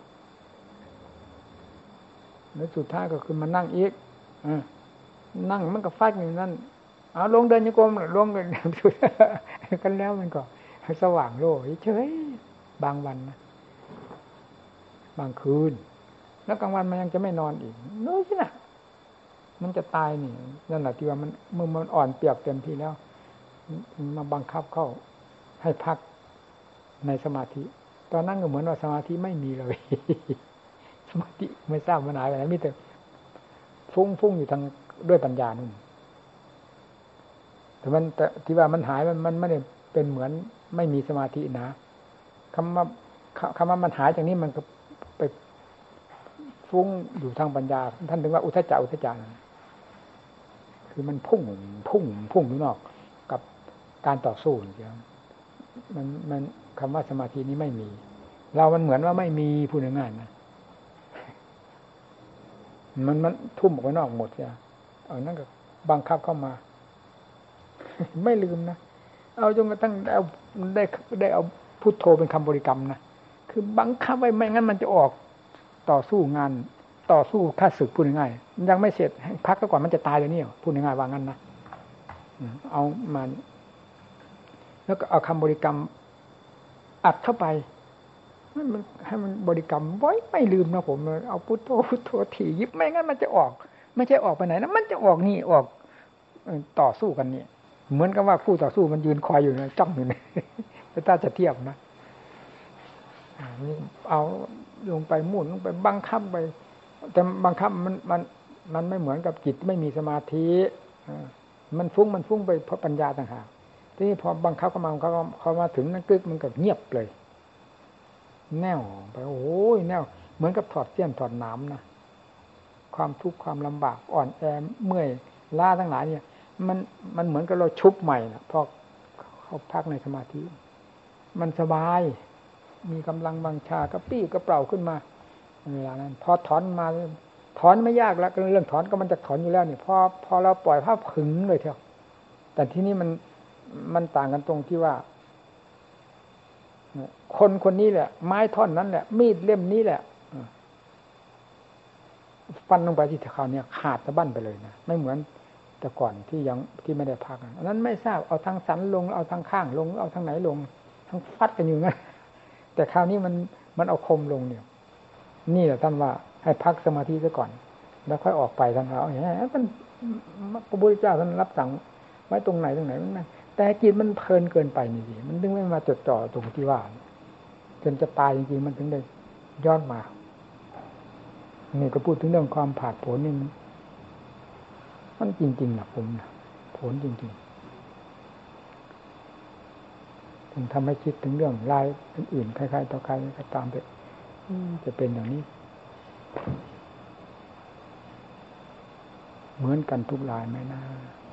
แล้วสุดท้ายก็คือมานั่งอีกนั่งมันก็ฟัดอยู่นั่นเอาลงเดินโยกมลงกันกันแล้วมันก็สว่างโล่เฉยบางวันนะบางคืนแล้วกลางวันมันยังจะไม่นอนอีกนู้นสินะมันจะตายนี่นั่นแหละที่ว่ามันเมื่อมันอ่อนเปียกเต็มที่แล้วมาบังคับเข้าให้พักในสมาธิตอนนั้นก็เหมือนว่าสมาธิไม่มีเลยสมาธิไม่ทราบมันหายไปไหนมีแต่ฟุ้งอยู่ทางด้วยปัญญานู่นแต่ที่ว่ามันหายมันไม่ได้เป็นเหมือนไม่มีสมาธินะคำว่ามันหายจากนี้มันก็ไปฟุ้งอยู่ทางปัญญาท่านถึงว่าอุทจารคือมันพุ่งอยู่นอกกับการต่อสู้อย่างเดียวมันคำว่าสมาธินี้ไม่มีเรามันเหมือนว่าไม่มีพูดง่ายๆนะมันทุ่มออกไปนอกหมดใช่ไหมเอานั่นก็บังคับเข้ามาไม่ลืมนะเอาจนกระทั่งได้เอาพุทโธเป็นคำบริกรรมนะคือบังคับไว้ไม่งั้นมันจะออกต่อสู้งานต่อสู้ฆ่าศึกพูดง่ายๆยังไม่เสร็จให้พักก่อนมันจะตายเลยเนี่ยพูดง่ายๆว่างั้นนะเอามาแล้วก็เอาคำบริกรรมอัดเข้าไปให้มันบริกรรมไว้ไม่ลืมนะผมเอาพุทโธถี่ยิบไม่งั้นมันจะออกไม่ใช่ออกไปไหนนะมันจะออกนี่ออกต่อสู้กันนี่เหมือนกับว่าคู่ต่อสู้มันยืนคอยอยู่นะจ้องอยู่นะถ้าจะเทียบนะนี่เอาลงไปหมุนลงไปบังคับไปแต่บังคับมันไม่เหมือนกับจิตไม่มีสมาธิมันฟุ้งไปเพราะปัญญาต่างหากทีนี้พอบังคับเขามาถึงนั่นกึกมันก็เงียบเลยแน่วไปโอ้ยแน่วเหมือนกับถอดเสี้ยนถอดหนามนะความทุกข์ความลำบากอ่อนแอเมื่อยล้าทั้งหลายเนี่ยมันเหมือนกับเราชุบใหม่นะพอเขาพักในสมาธิมันสบายมีกำลังบังชากระปี้กระเป๋าขึ้นมาเวลานั้นพอถอนมาถอนไม่ยากแล้วเรื่องถอนก็มันจะถอนอยู่แล้วนี่พอเราปล่อยภาพขึงเลยเถอะแต่ที่นี่มันต่างกันตรงที่ว่าคนนี้แหละไม้ท่อนนั้นแหละมีดเล่มนี้แหละฟันลงไปที่คราวนี้ขาดสะบั้นไปเลยนะไม่เหมือนแต่ก่อนที่ไม่ได้พักอันนั้นไม่ทราบเอาทางสันลงเอาทางข้างลงเอาทางไหนลงทั้งฟัดกันอยู่งั้นแต่คราวนี้มันเอาคมลงเนี่ยนี่แหละท่านว่าให้พักสมาธิซะก่อนแล้วค่อยออกไปท่านเอาอย่างนี้มันพระพุทธเจ้าท่านรับสั่งไว้ตรงไหนนั่นแต่จิตมันเพลินเกินไปนี่สิมันถึงไม่มาจดจ่อตรงที่ว่าจนจะตายจริงๆมันถึงได้ย้อนมานี่ก็พูดถึงเรื่องความผาดโผนนี่มันจริงๆนะผมนะนจริงๆมันทำให้คิดถึงเรื่องรายอื่นๆใครๆต่อใครก็ตามไปจะเป็นอย่างนี้เหมือนกันทุกรายไหมนะ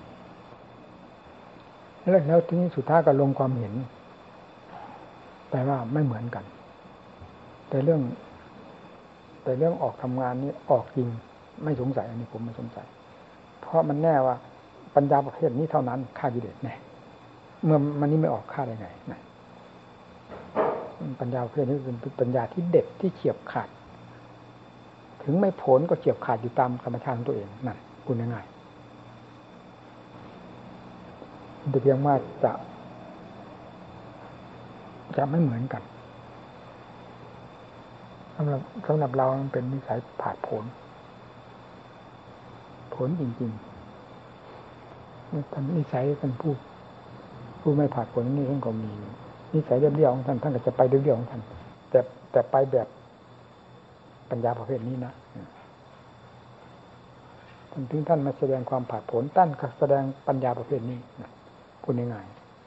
แล้วทีนี้สุดท้ายก็ลงความเห็นแต่ว่าไม่เหมือนกันแต่เรื่องออกทำงานนี้ออกจริงไม่สงสัยอันนี้ผมไม่สงสัยเพราะมันแน่ว่าปัญญาประเภทนี้เท่านั้นฆ่ากิเลสแน่เมื่อมันนี้ไม่ออกฆ่าได้ไงนะปัญญาประเภทนี้เป็นปัญญาที่เด็ดที่เฉียบขาดถึงไม่ผลก็เฉียบขาดอยู่ตามธรรมชาติของตัวเองนั่นพูดง่ายๆแต่เพียงว่าจะไม่เหมือนกันสำหรับเรามันเป็นนิสัยผาดโผนผลจริงๆท่านนิสัยท่านผู้ไม่ผาดโผนนี่ท่านก็มีนิสัยเรียบๆของท่านก็จะไปเรียบๆของท่านแต่ไปแบบปัญญาประเภทนี้นะถึงท่านมาแสดงความผาดโผนท่านก็แสดงปัญญาประเภทนี้พูดง่าย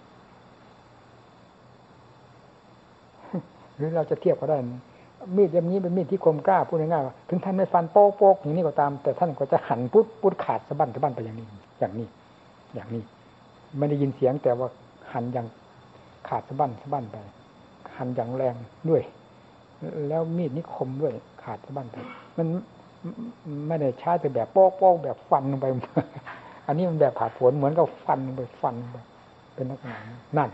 ๆหรือเราจะเทียบก็ได้มีดเล่มนี้เป็นมีดที่คมกล้าพูดง่ายๆว่าถึงท่านไม่ฟันโป๊กๆอย่างนี้ก็ตามแต่ท่านก็จะหั่นปุ๊ดขาดสะบั้นไปอย่างนี้ไม่ได้ยินเสียงแต่ว่าหั่นอย่างขาดสะบั้นไปหั่นอย่างแรงด้วยแล้วมีดนี้คมด้วยขาดสะบั้นไปมันไม่ได้ใช้แต่แบบโป๊กแบบฟันลงไปอันนี้มันแบบผ่าผลเหมือนกับฟันไปเป็นลักษณะนั่น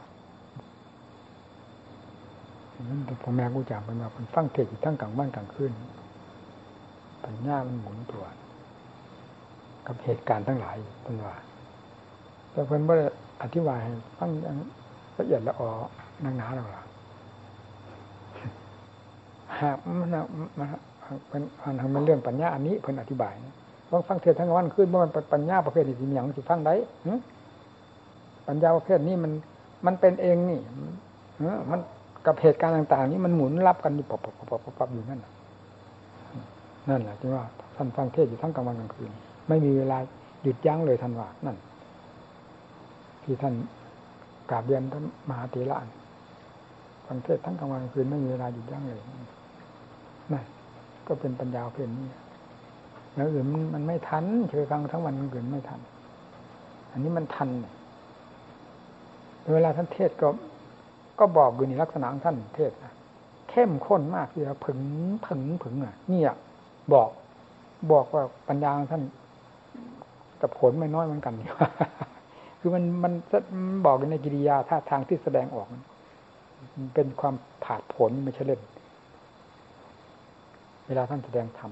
พ่อแม่กูจากมันมาคนฟังเทศอยู่ทั้งกลางวันกลางคืนปัญญามันหมุนตัวกับเหตุการณ์ทั้งหลายเป็นว่าแต่เพิ่นบ่ได้อธิบายให้ฟังอย่างละเอียดละออนักหนาหรอกล่ะหากมันเรื่องปัญญาอันนี้เพิ่นอธิบายนะฟังเทศทั้งวันคืนบ่มันปัญญาประเภทนี้สิมีหยังสิฟังได้ปัญญาประเภทนี้มันเป็นเองนี่มันกับเหตุการณ์ต่างๆนี้มันหมุนรับกันอยู่ปับอยู่นั่นแหละที่ว่าท่านฟังเทศอยู่ทั้งกลางวันกลางคืนไม่มีเวลาหยุดยั้งเลยท่านว่านั่นที่ท่านกราบเรียนท่านมหาเถระฟังเทศทั้งกลางวันกลางคืนไม่มีเวลาหยุดยั้งเลยนั่นก็เป็นปัญญาเพียงนี้แล้วอื่นมันไม่ทันเคยฟังทั้งวันกลางคืนไม่ทันอันนี้มันทันเวลาท่านเทศก็บอกอยู่ในลักษณะของท่านเทศนะเข้มข้นมากที่ว่าผึ่งนี่อ่ะบอกว่าปัญญาของท่านกับผลไม่น้อยเหมือนกันคือมันบอกในกิริยาท่าทางที่แสดงออกมันเป็นความผาดผลไม่ใช่เล่นเวลาท่านแสดงธรรม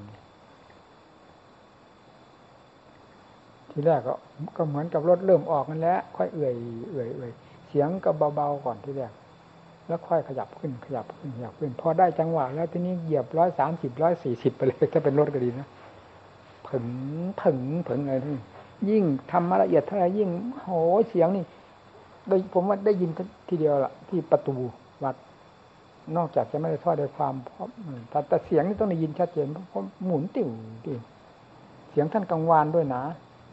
ทีแรกก็เหมือนกับรถเริ่มออกนั่นแหละค่อยเอื่อยเสียงก็เบาๆก่อนทีแรกแล้วค่อยขยับขึ้นพอได้จังหวะแล้วทีนี้เหยียบ130 140ไปเลยถ้าเป็นรถก็ดีนะผึ่งอะไรที่ยิ่งทำมาละเอียดเท่าไหร่ยิ่งโหเสียงนี่ผมว่าได้ยินทีเดียวล่ะที่ประตูวัดนอกจากจะไม่ได้ทอดด้วยความเพราะแต่เสียงนี่ต้องได้ยินชัดเจนเพราะหมุนติ๋วเสียงท่านกังวานด้วยนะ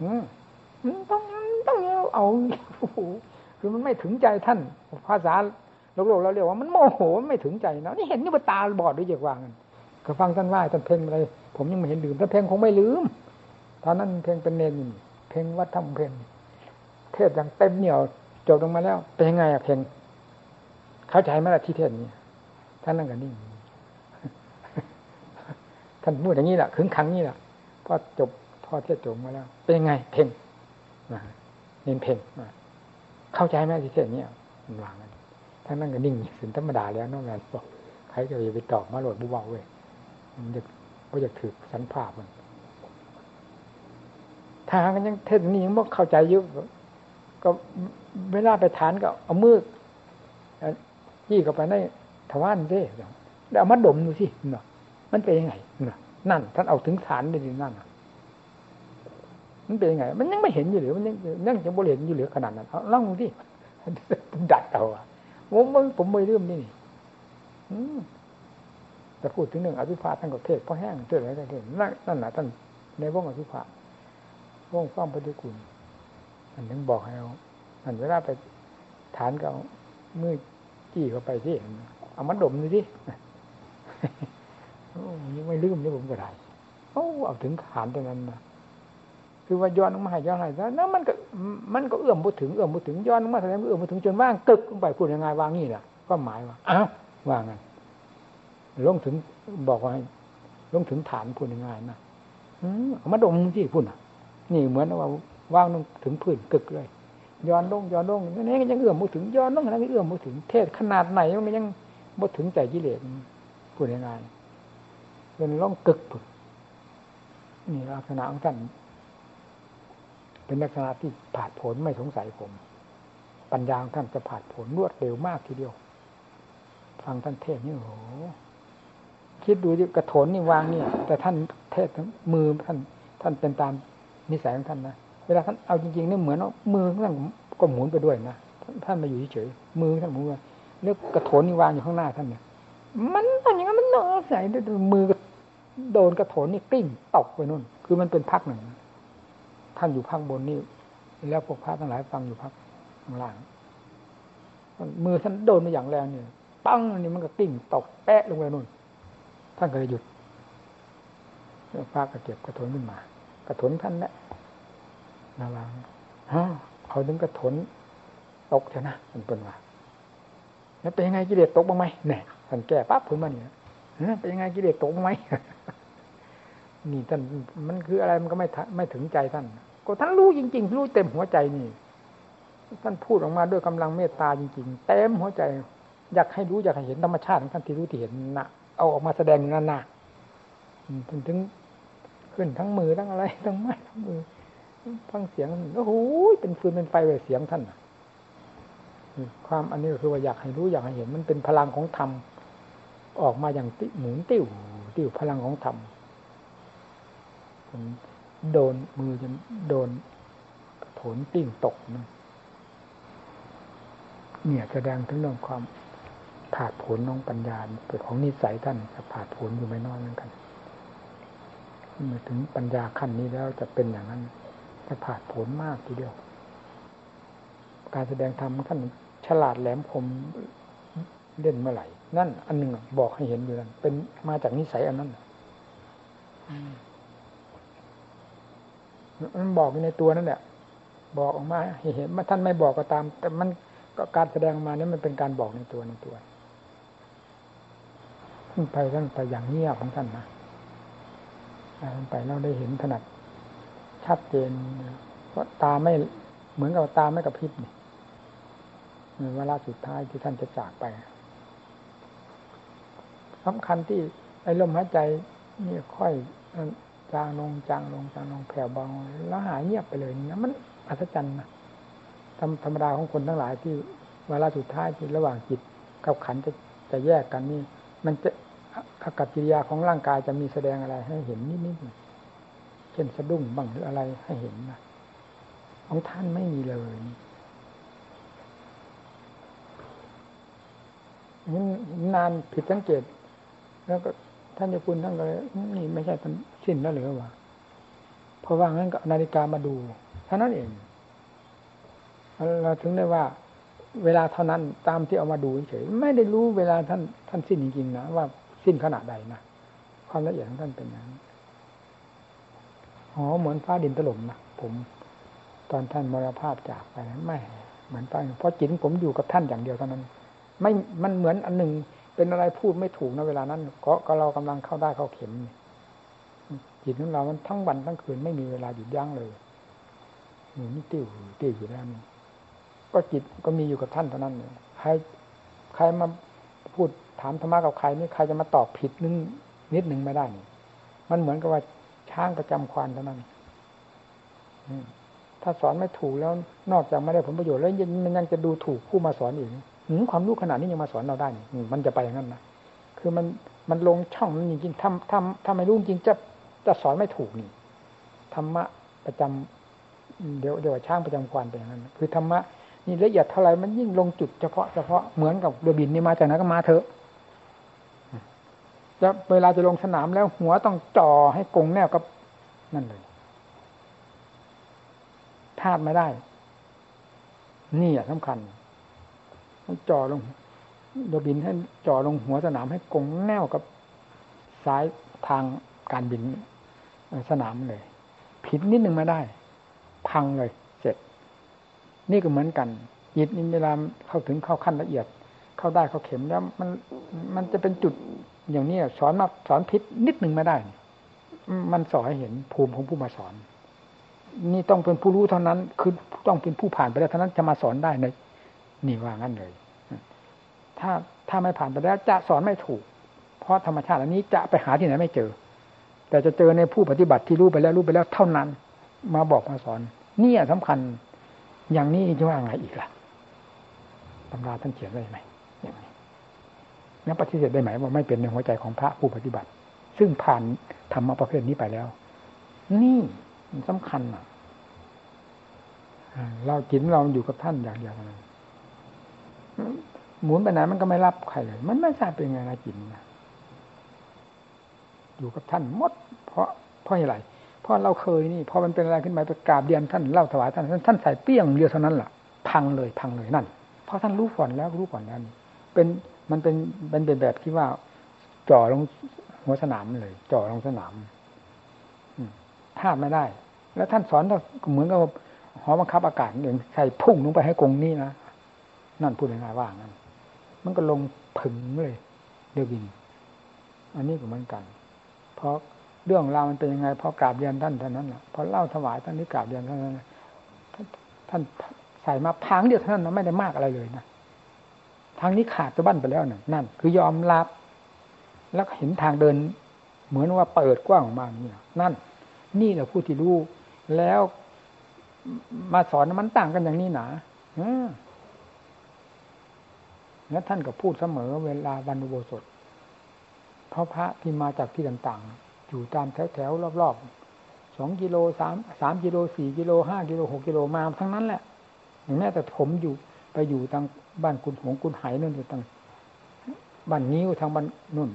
ต้องเอาคือมันไม่ถึงใจท่านภาษาโลกเราเรียกว่ามันโมโหไม่ถึงใจนะนี่เห็นนี่ว่าตาบอดด้วยจักว่ากันก็ฟังท่านว่าท่านเพลงอะไรผมยังไม่เห็นลืมถ้าเพลงคงไม่ลืมตอนนั้นเพลงเป็นเนรเพลงวัดธรรมเพลงเทศอย่างเต็มเหนี่ยวจบลงมาแล้วเป็นยังไงอะเพลงเข้าใจไหมล่ะที่เทศนี้ท่านนั่งกันนิ่งท่านพูดอย่างนี้แหละขึงขังนี่แหละพอเทศจบมาแล้วเป็นยังไงเพลงเน้นเพลงเข้าใจไหมที่เทศนี้มันวางกันท่านนั่งกันนิ่งสินธรรมดาแล้วน้องแมนบอกใครจะไปตอบมาโหลดบุบเบาเว้ยมันจะถือสันภาพมันถ้าหากันยังเทศนี้ยังไม่เข้าใจเยอะก็เวลาไปทานก็เอามือยี่เข้าไปในทวารเด้แล้วเอามาดมดูสิเนาะมันเป็นยังไงนั่นท่านเอาถึงฐานเลยนั่นมันเป็นยังไงมันยังไม่เห็นอยู่หรือมันยังจะบ่เห็นอยู่หรือขนาดนั้นเอาลองดูสิดัดเอาผมไม่ลืมนี่แต่พูดถึงเรื่องอภิภาท่านก็เทศเพราะแห้งเทศอะไรก็เทศนั่นแหละท่านในวงอภิภาวงฟ้ามปฏิกุลมันถึงบอกให้เอามันเวลาไปฐานก็เอามือจี้เข้าไปที่เอามันดมดูสิยังไม่ลืมนี่ผมก็ได้เอาถึงฐานตรงนั้นนะคือว่าย้อนลงมาให้ย้อนให้แล้วมันก็เอื้อมบ่ถึงย้อนลงมาแสดงเอื้อมบ่ถึงจนว่างกึกลงไปพูดยังไงวางนี่แหละก็หมายว่าอ้าวว่างั้นลงถึงบอกว่าลงถึงฐานพูดยังไงนะเอามาดมที่พูดน่ะนี่เหมือนว่าวางลงถึงพื้นกึกเลยย้อนลงนี่ก็ยังเอื้อมบ่ถึงย้อนลงแล้วก็เอื้อมบ่ถึงเทศขนาดไหนมันยังบ่ถึงใจกิเลสพูดยังไงเป็นล่องกึกนี่ลักษณะของท่านเป็นลักษณะที่ผาดโผนไม่สงสัยผมปัญญาของท่านจะผาดโผนรวดเร็วมากทีเดียวฟังท่านเทศนี่โอ้โหคิดดูดิกระโถนนี่วางเนี่ยแต่ท่านเทศมือท่านเป็นตามนิสัยของท่านนะเวลาท่านเอาจริงๆนี่เหมือนว่ามือท่านก็หมุนไปด้วยนะท่านมาอยู่เฉยๆมือท่านหมุนเนี่ยกระโถนนี่วางอยู่ข้างหน้าท่านเนี่ยมันทำอย่างนั้นมันนอนใส่มือโดนกระโถนนี่กลิ้งตกไปนู่นคือมันเป็นพักหนึ่งท่านอยู่พักบนนี่แล้วพวกพระทั้งหลายฟังอยู่พักข้างล่างมือท่านโดนมาอย่างแรงเนี่ยปังนี่มันก็กลิ้งตกแปะลงไปนู่นท่านก็เลยหยุดพระก็เก็บกระโถนขึ้นมากระโถนท่านแหละระวังเอาถึงกระโถนตกเถอะนะเป็นว่าแล้วเป็นยังไงกิเลสตกบ้างไหมเนี่ยท่านแก้ปั๊บผลมาเนี่ยเป็นยังไงกิเลสตกบ้างไหมนี่ท่านมันคืออะไรมันก็ไม่ถึงใจท่านก็ท่านรู้จริงๆรู้เต็มหัวใจนี่ท่านพูดออกมาด้วยกำลังเมตตาจริงๆเต็มหัวใจอยากให้รู้อยากให้เห็นธรรมชาติของท่านที่รู้ที่เห็นนะเอาออกมาแสดงอย่างนั้นนะถึงขึ้นทั้งมือทั้งอะไรทั้งไม้ทั้งมือฟังเสียงโอ้โหเป็นฟืนเป็นไฟเลยเสียงท่านความอันนี้ก็คือว่าอยากให้รู้อยากให้เห็นมันเป็นพลังของธรรมออกมาอย่างหมุนติ้วพลังของธรรมโดนมือจนโดนโถนติ้งตกนะเนี่ยแสดงถึงเรื่องความผาดโผนของปัญญาเป็นของนิสัยท่านจะผาดโผนอยู่ไม่น้อยเหมือนกันเมื่อถึงปัญญาขั้นนี้แล้วจะเป็นอย่างนั้นจะผาดโผนมากทีเดียวการแสดงธรรมท่านฉลาดแหลมคมเล่นเมื่อไหร่นั่นอันหนึ่งบอกให้เห็นอยู่นั่นเป็นมาจากนิสัยอันนั้นมันบอกอยู่ในตัวนั่นแหละบอกออกมาให้เห็นว่าท่านไม่บอกก็ตามแต่มันก็การแสดงมานี่มันเป็นการบอกในตัวท่านไปอย่างเงียบของท่านนะท่านไปเราได้เห็นถนัดชัดเจนเพราะตาไม่เหมือนกับตาไม่กระพริบนี่เวลาสุดท้ายที่ท่านจะจากไปสำคัญที่ไอ้ลมหายใจนี่ค่อยจางลงแผ่วเบาแล้วหายเงียบไปเลยนะมันอัศจรรย์นะธรรมดาของคนทั้งหลายที่เวลาสุดท้ายที่ระหว่างจิตกับขันธ์จะแยกกันนี่มันจะอากัปกิริยาของร่างกายจะมีแสดงอะไรให้เห็นนิดๆเช่นสะดุ้งบ้างหรืออะไรให้เห็นนะของท่านไม่มีเลยนานผิดสังเกตแล้วก็ท่านเจ้าคุณท่านก็เลยนี่ไม่ใช่มันสิ้นแล้วหรือวะเพราะว่างั้นก็นาฬิกามาดูเท่านั้นเองเราถึงได้ว่าเวลาเท่านั้นตามที่เอามาดูเฉยไม่ได้รู้เวลาท่านสิ้นจริงๆนะว่าสิ้นขณะใดนะความละเอียดของท่านเป็นอย่างนั้นเหมือนฟ้าดินถล่มนะผมตอนท่านมรณภาพจากไปไม่เหมือนฟ้าเพราะจิตของผมอยู่กับท่านอย่างเดียวเท่านั้นไม่มันเหมือนอันหนึ่งเป็นอะไรพูดไม่ถูกนะเวลานั้นก็เรากำลังเข้าได้เข้าเข็มจิตของเรามันทั้งวันทั้งคืนไม่มีเวลาหยุดยั้งเลยนี่ติ้วอยู่แล้วนี่ก็จิตก็มีอยู่กับท่านเท่านั้นเลยใครมาพูดถามธรรมะกับใครนี่ใครจะมาตอบผิดนิดนึงไม่ได้นี่มันเหมือนกับว่าช้างประจำควานเท่านั้นถ้าสอนไม่ถูกแล้วนอกจากไม่ได้ผลประโยชน์แล้วมันยังจะดูถูกผู้มาสอนอีกความรู้ขนาดนี้ยังมาสอนเราได้มันจะไปอย่างนั้นนะคือมันลงช่องนั้นจริงๆถ้าไม่รู้จริงจะสอนไม่ถูกนี่ธรรมะประจำเดี๋ยวช้างประจำควานไปอย่างนั้นคือธรรมะนี่ละเอียดเท่าไหร่มันยิ่งลงจุดเฉพาะเหมือนกับเรือบินนี่มาจากไหนก็มาเถอะจะเวลาจะลงสนามแล้วหัวต้องจ่อให้กงแนวกับนั่นเลยพลาดไม่ได้นี่สำคัญจ่อลงโดยบินให้จ่อลงหัวสนามให้กงแนวกับสายทางการบินสนามเลยผิดนิดนึงไม่ได้พังเลยเสร็จนี่ก็เหมือนกันจิตนี่เวลาเข้าถึงเข้าขั้นละเอียดเข้าได้เข้าเข็มแล้วมันจะเป็นจุดอย่างนี้สอนผิดนิดนึงไม่ได้มันสอนให้เห็นภูมิของผู้มาสอนนี่ต้องเป็นผู้รู้เท่านั้นคือต้องเป็นผู้ผ่านไปแล้วเท่านั้นจะมาสอนได้ในนี่ว่างั้นเลยถ้าไม่ผ่านไปแล้วจะสอนไม่ถูกเพราะธรรมชาติอันนี้จะไปหาที่ไหนไม่เจอแต่จะเจอในผู้ปฏิบัติที่รู้ไปแล้วเท่านั้นมาบอกมาสอนนี่สำคัญอย่างนี้จะว่าไงอีกล่ะตำราท่านเขียนไว้ไหมอย่างนี้แล้วปฏิเสธได้ไหมว่าไม่เป็นในหัวใจของพระผู้ปฏิบัติซึ่งผ่านธรรมะประเภทนี้ไปแล้วนี่สำคัญเราจิตเราอยู่กับท่านอย่างเดียวกันหมุนไปไหนมันก็ไม่รับใครเลยมันไม่ทราบเป็นไงนะจิตนะอยู่กับท่านหมดเพราะอะไรเพราะเราเคยนี่พอมันเป็นอะไรขึ้นมาไปกราบเรียนท่านเล่าถวายท่านใส่เปี้ยงเดียวเท่านั้นแหละพังเลยนั่นเพราะท่านรู้ก่อนแล้วนี่มันเป็นแบบที่ว่าจ่อลงหัวสนามเลยจ่อลงสนามพลาดไม่ได้แล้วท่านสอนก็เหมือนกับหอบังคับอากาศหนึ่งใส่พุ่งลงไปให้กงนี้นะนั่นพูดง่ายๆว่างั้นมันก็ลงผึ่งเลยเดือบินอันนี้ก็เหมือนกันเพราะเรื่องราวมันเป็นยังไงพอกราบเรียนท่านเท่านั้นแหละพอเล่าถวายท่านที่กราบเรียนเท่านั้นท่านใส่มาพังเดียวเท่านั้นนะไม่ได้มากอะไรเลยนะทางนี้ขาดสะบั้นไปแล้วนั่นคือยอมรับแล้วเห็นทางเดินเหมือนว่าเปิดกว้างออกมานี่นี่แหละผู้ที่รู้แล้วมาสอนมันต่างกันอย่างนี้หนาแล้วท่านก็พูดเสมอเวลาวันอุโบสถเพราะพระที่มาจากที่ต่างๆอยู่ตามแถวๆรอบๆ2 กิโล3 กิโล4 กิโล5 กิโล6 กิโลมาทั้งนั้นแหละอย่างแม้แต่ผมไปอยู่ทางบ้านคุณหงคุณไหนั่นอยู่ทางบ้านนิ้วทางบ้านนู่น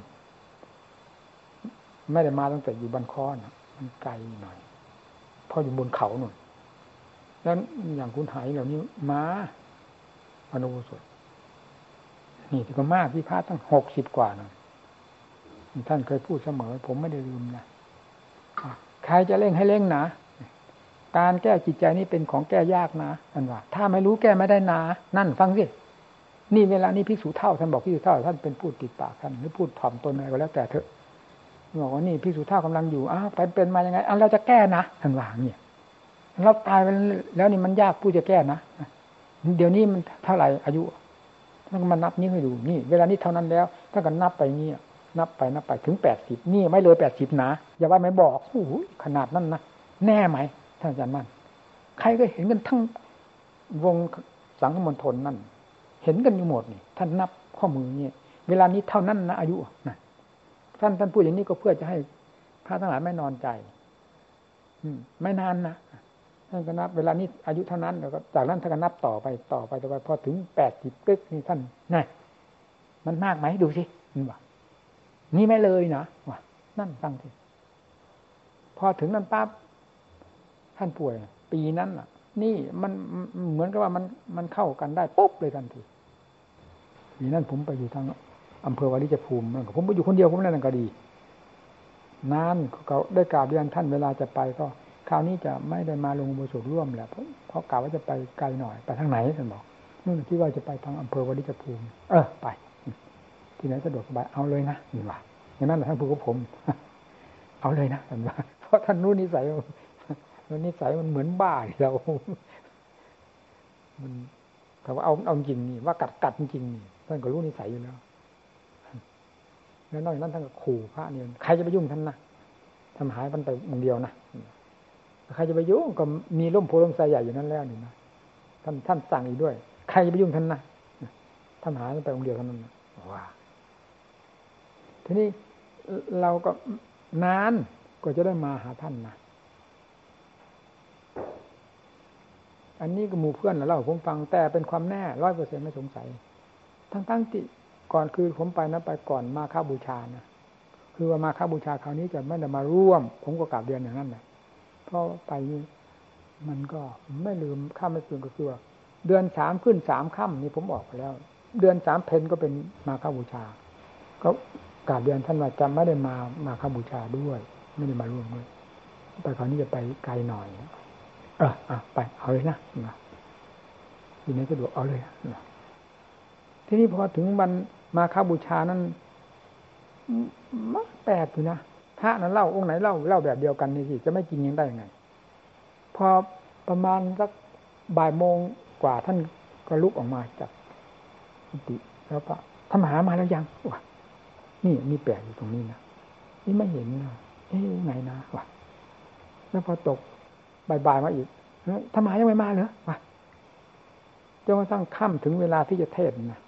ไม่ได้มาตั้งแต่อยู่บ้านค้อนมันไกลหน่อยพออยู่บนเขานู่นแล้วอย่างคุณไหเหล่านี้มาวันอุโบสถนี่ที่ก็มากที่พระตั้ง60 กว่านะท่านเคยพูดเสมอผมไม่ได้ลืมนะใครจะเร่งให้เร่งนะการแก้จิตใจนี่เป็นของแก้ยากนะท่านว่าถ้าไม่รู้แก้ไม่ได้นะนั่นฟังสินี่เวลานี้ภิกษุเท่าท่านบอกภิกษุเท่าท่านเป็นพูดติดปากท่านหรือพูดถ่อมตนอะไรก็แล้วแต่เถอะบอกว่านี่ภิกษุเท่ากำลังอยู่ไปเป็นมายังไงเราจะแก้นะท่านว่าเนี่ยเราตายไปแล้วนี่มันยากผู้จะแก้นะเดี๋ยวนี้มันเท่าไหร่อายุท่านก็มานับนิ้วให้ดูนี่เวลานี้เท่านั้นแล้วท่านก็นับไปนี่นับไปถึง80นี่ไม่เลย80นะอย่าว่าไม่บอกโอ้โหขนาดนั้นนะแน่ไหมท่านอาจารย์มั่นใครก็เห็นกันทั้งวงสังฆมณฑลนั่นเห็นกันอยู่หมดนี่ท่านนับข้อมือนี่เวลานี้เท่านั้นนะอายุนะท่านพูดอย่างนี้ก็เพื่อจะให้พระทั้งหลายไม่นอนใจไม่นานนะท่านก็นับเวลานี้อายุเท่านั้นแล้วก็จากนั้นท่านก็นับต่อไปพอถึง80ปึ๊กนี่ท่านนี่มันมากไหมดูสิมันว่านี่ไม่เลยนะว่านั่นฟังสิพอถึงนั้นปั๊บท่านป่วยปีนั้นน่ะนี่มันเหมือนกับว่ามันเข้ากันได้ปุ๊บเลยทันทีปีนั้นผมไปอยู่ทางอำเภอวาริจภูมิผมไปอยู่คนเดียวผมนั่นก็ดีนานเขาได้กราบเรียนท่านเวลาจะไปก็คราวนี้จะไม่ได้มาลงอุโบสถร่วมแล้วเพราะกล่าวว่าจะไปไกลหน่อยไปทางไหนท่านบอกนู่นคิดว่าจะไปทางอำเภอวาริจภูมิไปที่ไหนสะดวกสบายเอาเลยนะนี่ว่าอย่างนั้นแหละท่านพูดกับผมเอาเลยนะท่านว่าเพราะท่านรู้นิสัยมันเหมือนบ้าเรามันแต่ว่าเอาจริงนี่ว่ากัดจริงนี่ท่านก็รู้นิสัยอยู่แล้วแล้วนอกจากนั้นท่านก็ขู่พระเนี่ยใครจะไปยุ่งท่านนะทำหายมันไปองค์เดียวนะใครจะไปยุ่งก็มีร่มโพล่มไทรใหญ่อยู่นั่นแล้วนี่นะท่านสั่งอีกด้วยใครจะไปยุ่งท่านนะทำหายมันไปองค์เดียวเท่านั้นว่าทีนี้เราก็นานก็จะได้มาหาท่านนะอันนี้ก็หมู่เพื่อนเล่าผมฟังแต่เป็นความแน่ 100% ไม่สงสัยทั้งที่ก่อนคือผมไปนะไปก่อนมาฆบูชานะคือว่ามาฆบูชาคราวนี้จะไม่ได้มาร่วมผมก็กราบเรียนอย่างนั้นแหละเพราะไปมันก็ไม่ลืมข้าไม่ลืมก็คือว่าเดือนสามขึ้นสามค่ำนี่ผมบอกไปแล้วเดือนสามเพ็ญก็เป็นมาฆบูชาก็กราบเดือนท่านว่าจะไม่ได้มาฆบูชาด้วยไม่ได้มาร่วมด้วยไปคราวนี้จะไปไกลหน่อยไปเอาเลยนะทีนี้ก็ดูเอาเลยนะทีนี้พอถึงวันมาฆบูชานั้นมันแปลกอยู่นะพระนั้นเล่าองค์ไหนเล่าแบบเดียวกันนี่สิจะไม่กินยังได้ยังไงพอประมาณสักบ่ายโมงกว่าท่านก็ลุกออกมาจากกุฏิแล้วก็ท่านมหามาแล้วยังวะนี่มีแปลกอยู่ตรงนี้นะนี่ไม่เห็นนะไหนนะวะแล้วพอตกบ่ายมาอีกท่านมหายังไม่มาเหรอวะจนกระทั่งค่ำถึงเวลาที่จะเทศนะ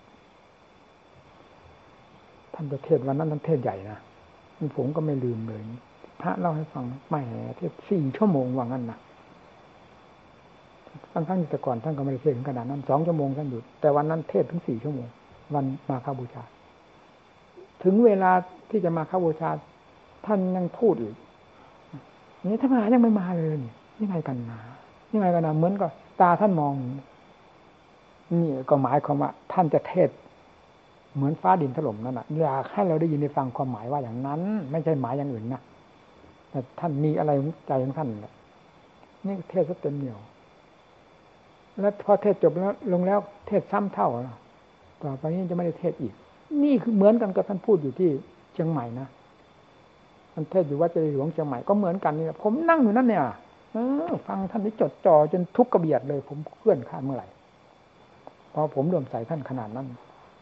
ท่านจะเทศวันนั้นท่านเทศใหญ่นะผมก็ไม่ลืมเลยพระเล่าให้ฟังแหมเทศ4 ชั่วโมงว่างั้นนะทั้งแต่ก่อนท่านก็ไม่ได้เทศถึงขนาดนั้น2 ชั่วโมงท่านหยุดแต่วันนั้นเทศถึง4 ชั่วโมงวันมาฆบูชาถึงเวลาที่จะมาฆบูชาท่านยังพูดอีกนี่ท่านมายังไม่มาเลยนี่ยังไงกันนะเหมือนกับตาท่านมองนี่ก็หมายความว่าท่านจะเทศเหมือนฟ้าดินถล่มนั่นแหละอยากให้เราได้ยินได้ฟังความหมายว่าอย่างนั้นไม่ใช่หมายอย่างอื่นนะแต่ท่านมีอะไรใจของท่านแหละนี่เทศซะเต็มเหนียวแล้วพอเทศจบแล้วลงแล้วเทศซ้ำเท่าต่อไปนี้จะไม่ได้เทศอีกนี่คือเหมือนกันกับท่านพูดอยู่ที่เชียงใหม่นะท่านเทศอยู่วัดเจดีย์หลวงเชียงใหม่ก็เหมือนกันนี่ผมนั่งอยู่นั่นเนี่ยฟังท่านนี้จดจ่อจนทุกกระเบียดเลยผมเคลื่อนข้ามเมื่อไหร่พอผมเริ่มใส่ท่านขนาดนั้น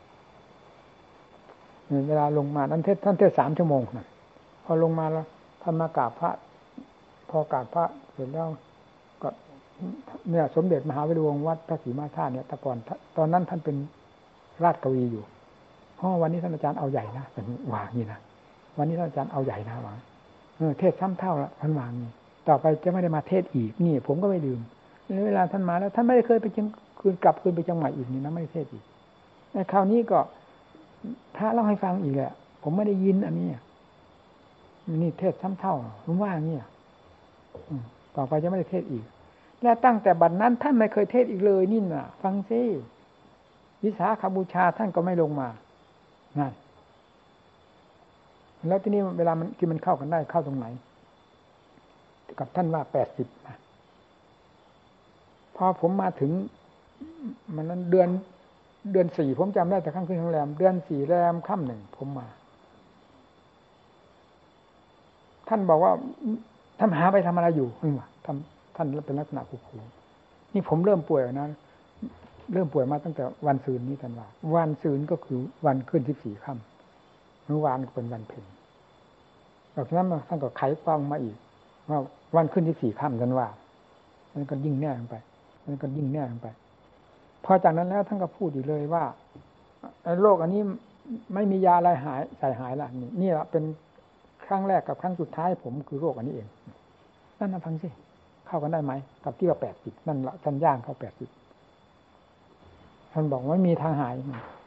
เวลาลงมาท่านเทศ3 ชั่วโมงนะพอลงมาแล้วท่านมากราบพระพอกราบพระเสร็จแล้วก็เนี่ยสมเด็จมหาวิรุฬวัดพระศรีมาธาตุเนี่ยแต่ก่อนตอนนั้นท่านเป็นราชกวีอยู่วันนี้ท่านอาจารย์เอาใหญ่นะเป็นวางนี่นะวันนี้ท่านอาจารย์เอาใหญ่นะวางเทศซ้ำเท่าละท่านวางนี่ต่อไปจะไม่ได้มาเทศอีกนี่ผมก็ไม่ลืมเวลาท่านมาแล้วท่านไม่ได้เคยไปกลับคืนไปจังหวัดอีกนี่นะไม่ได้เทศอีกในคราวนี้ก็พระเล่าให้ฟังอีกแหละผมไม่ได้ยินอันนี้นี่เทศซ้ำเท่าผมว่าอย่างนี้ต่อไปจะไม่ได้เทศอีกและตั้งแต่บัดนั้นท่านไม่เคยเทศอีกเลยนี่น่ะฟังซิวิสาขบูชาท่านก็ไม่ลงมานั่นแล้วที่นี่เวลามันเข้ากันได้เข้าตรงไหนกับท่านว่า80นะพอผมมาถึงมันนั้นเดือน4ผมจำได้แต่ข้างขึ้นข้างแรมเดือน4แรมค่ำ1ผมมาท่านบอกว่าท่านหาไปทำอะไรอยู่ท่านเป็นลักษณะขู่นี่ผมเริ่มป่วยนะเริ่มป่วยมาตั้งแต่วันศืนนี้ท่านว่าวันศืนก็คือวันขึ้น14ค่ำเมื่อวานก็เป็นวันเพ็ญจากนั้นท่านก็ไขความมาอีกว่าวันขึ้น14ค่ำท่านว่ามันก็ยิ่งแน่ลงไปพอจากนั้นแล้วท่านก็พูดอยู่เลยว่าโรคอันนี้ไม่มียาอะไรหายละนี่แหละเป็นครั้งแรกกับครั้งสุดท้ายผมคือโรคอันนี้เองนั่นนะฟังสิเข้ากันได้ไหมกับที่ว่า80นั่นละท่านย่างเข้า80ท่านบอกว่าไม่มีทางหาย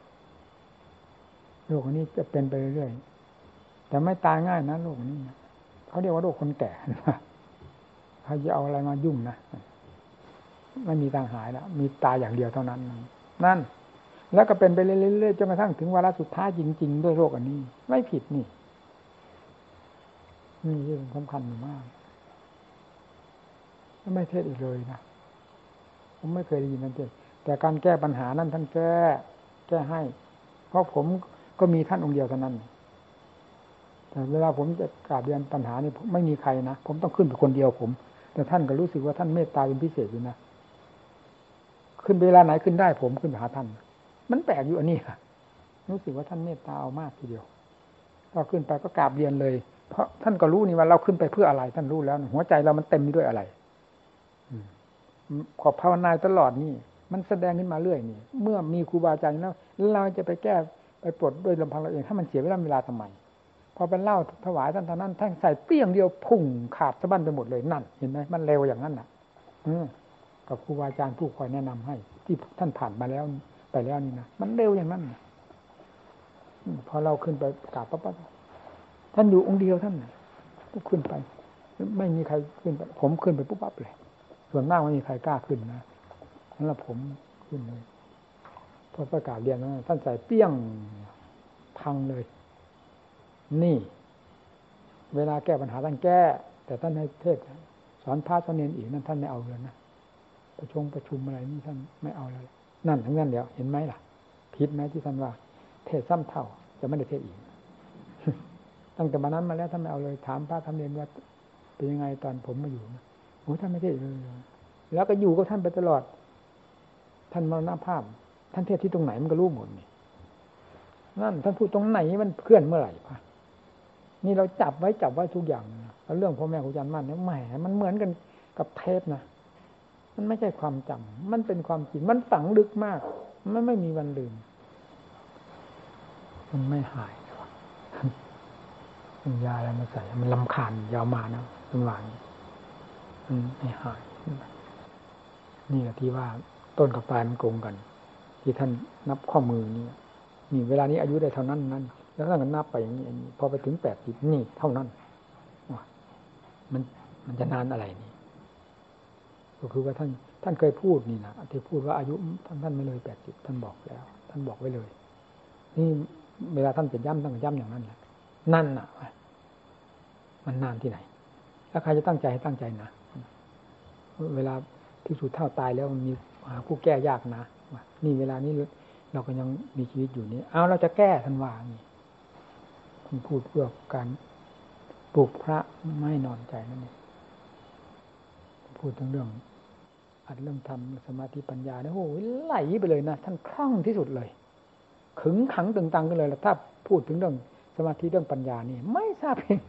โรคอันนี้จะเป็นไปเรื่อยๆแต่ไม่ตายง่ายนะโรคนี้เขาเรียกว่าโรคคนแก่เขาจะเอาอะไรมายุ่งนะไม่มีทางหายแล้วมีตายอย่างเดียวเท่านั้นนั่นแล้วก็เป็นไปเรื่อยๆจนกระทั่งถึงวาระสุดท้ายจริงๆด้วยโรคอันนี้ไม่ผิดนี่เรื่องสำคัญมากไม่เทศอีกเลยนะผมไม่เคยได้ยินนั่นเองแต่การแก้ปัญหานั้นท่านแก้ให้เพราะผมก็มีท่านองค์เดียวเท่านั้นแต่เวลาผมจะกราบเรียนปัญหานี่ไม่มีใครนะผมต้องขึ้นไปคนเดียวผมแต่ท่านก็รู้สึกว่าท่านเมตตาเป็นพิเศษอยู่นะขึ้นเวลาไหนขึ้นได้ผมขึ้นไปหาท่านมันแปลกอยู่อันนี้ค่ะรู้สึกว่าท่านเมตตาเอามากทีเดียวพอขึ้นไปก็กราบเรียนเลยเพราะท่านก็รู้นี่ว่าเราขึ้นไปเพื่ออะไรท่านรู้แล้วหัวใจเรามันเต็มด้วยอะไรขอภาวนาตลอดนี่มันแสดงขึ้นมาเรื่อยนี่เมื่อมีครูบาอาจารย์แล้วเราจะไปแก้ไปปลดด้วยลำพังเราเองถ้ามันเสียเวลาทำไมพอเป็นเล่าถวายท่านนั้นท่านใส่เปรี้ยงเดียวพุ่งขาดสะบั้นไปหมดเลยนั่นเห็นไหมมันเร็วอย่างนั้นน่ะกับครูบาอาจารย์ผู้คอยแนะนำให้ที่ท่านผ่านมาแล้วไปแล้วนี่นะมันเร็วอย่างนั้นพอเราขึ้นไปกราบปั๊บท่านอยู่องค์เดียวท่านก็ขึ้นไปไม่มีใครขึ้นไปผมขึ้นไปปุ๊บปั๊บเลยส่วนมากไม่มีใครกล้าขึ้นนะของเราผมขึ้นเลยพอประกาศเรียนนะท่านใส่เปี้ยงพังเลยนี่เวลาแก้ปัญหาท่านแก้แต่ท่านให้เทศสอนพระสอนเนรอีกนั่นท่านไม่เอาเลยนะประชุมอะไรนี่ท่านไม่เอาเลยนั่นทั้งนั้นเดียวเห็นไหมล่ะผิดไหมที่ท่านว่าเทศซ้ำเท่าจะไม่ได้เทศอีกตั้งแต่มานั้นมาแล้วท่านไม่เอาเลยถามพระทำเนรว่าเป็นยังไงตอนผมมาอยู่นะโอ้ท่านไม่เทศเลยแล้วก็อยู่กับท่านไปตลอดท่านมรณภาพท่านเทศที่ตรงไหนมันก็รู้หมดนี่นั่นท่านพูดตรงไหนมันเคลื่อนเมื่อไหร่พะนี่เราจับไว้ทุกอย่างแล้วเรื่องพ่อแม่ครูอาจารย์มั่นเนี่ยแหมมันเหมือนกันกับเทปนะมันไม่ใช่ความจำมันเป็นความจริงมันฝังลึกมากมันไม่มีวันลืมมันไม่หายมันยาอะไรมาใส่มันรำคาญยาวมานะเป็นหวานมันไม่หายนี่แหละที่ว่าต้นกับปลายมันโกงกันที่ท่านนับข้อมือนี่เวลานี้อายุได้เท่านั้นนั้นแล้วท่านก็นับไปอย่างนี้พอไปถึง80นี่เท่านั้นมันจะนานอะไรนี่ก็คือว่าท่านเคยพูดนี่นะที่พูดว่าอายุท่านไม่เลย80ท่านบอกแล้วท่านบอกไว้เลยนี่เวลาท่านจะย้ำต้องย้ำอย่างนั้นแหละนั่นน่ะมันนานที่ไหนแล้วใครจะตั้งใจให้ตั้งใจนะเวลาที่สุดเท่าตายแล้วมันมีผู้แก้ยากนะนี่เวลานี้เราก็ยังมีชีวิตอยู่นี่เอาเราจะแก้ท่านว่านี่ท่านพูดเพื่อการปลุกพระไม่นอนใจนั่นเองพูดถึงเรื่องอัดเรื่องธรรมสมาธิปัญญาเนี่ยโอ้โหไหลไปเลยนะท่านคล่องที่สุดเลยขึงขังตึงตังกันเลยแล้วถ้าพูดถึงเรื่องสมาธิเรื่องปัญญานี่ไม่ทราบยังไง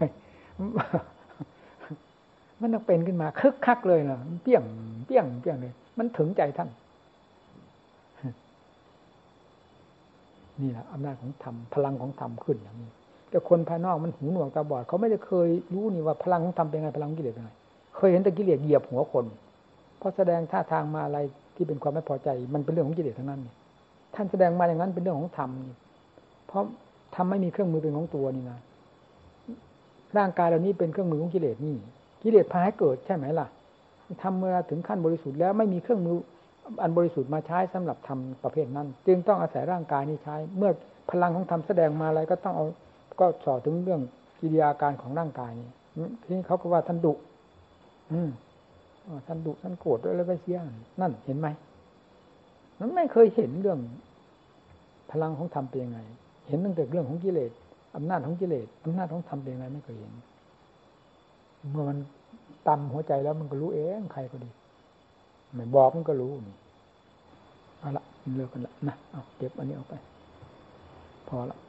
มันต้องเป็นขึ้นมาคึกคักเลยนะเปี้ยงเลยมันถึงใจท่านนี่แหละอำนาจของธรรมพลังของธรรมขึ้นอย่างนี้แต่คนภายนอกมันหูหนวกตาบอดเขาไม่ได้เคยรู้นี่ว่าพลังของธรรมเป็นไงพลังกิเลสเป็นไงเคยเห็นแต่กิเลสเหยียบหัวคนเพราะแสดงท่าทางมาอะไรที่เป็นความไม่พอใจมันเป็นเรื่องของกิเลสทั้งนั้นนี่ท่านแสดงมาอย่างนั้นเป็นเรื่องของธรรมนี่เพราะธรรมไม่มีเครื่องมือเป็นของตัวนี่นะร่างกายเหล่านี้เป็นเครื่องมือของกิเลสนี่กิเลสพาให้เกิดใช่ไหมล่ะทำเมื่อถึงขั้นบริสุทธิ์แล้วไม่มีเครื่องมืออันบริสุทธิ์มาใช้สำหรับทำประเภทนั้นจึงต้องอาศัยร่างกายนี้ใช้เมื่อพลังของธรรมแสดงมาอะไรก็ต้องเอาก็สอดถึงเรื่องกิริยาการของร่างกายนี่ทีนี้เขาก็ว่าท่านดุท่านดุท่านโกรธด้วยแล้วไปเสียนั่นเห็นไหมมันไม่เคยเห็นเรื่องพลังของธรรมเป็นยังไงเห็นตั้งแต่เรื่องของกิเลสอำนาจของกิเลสอำนาจของธรรมเป็นยังไงไม่เคยเห็นเมื่อมันตำหัวใจแล้วมันก็รู้เองใครก็ดีไม่บอกมันก็รู้นี่เอาละเลิกกันละนะเอาเก็บอันนี้ออกไปพอละ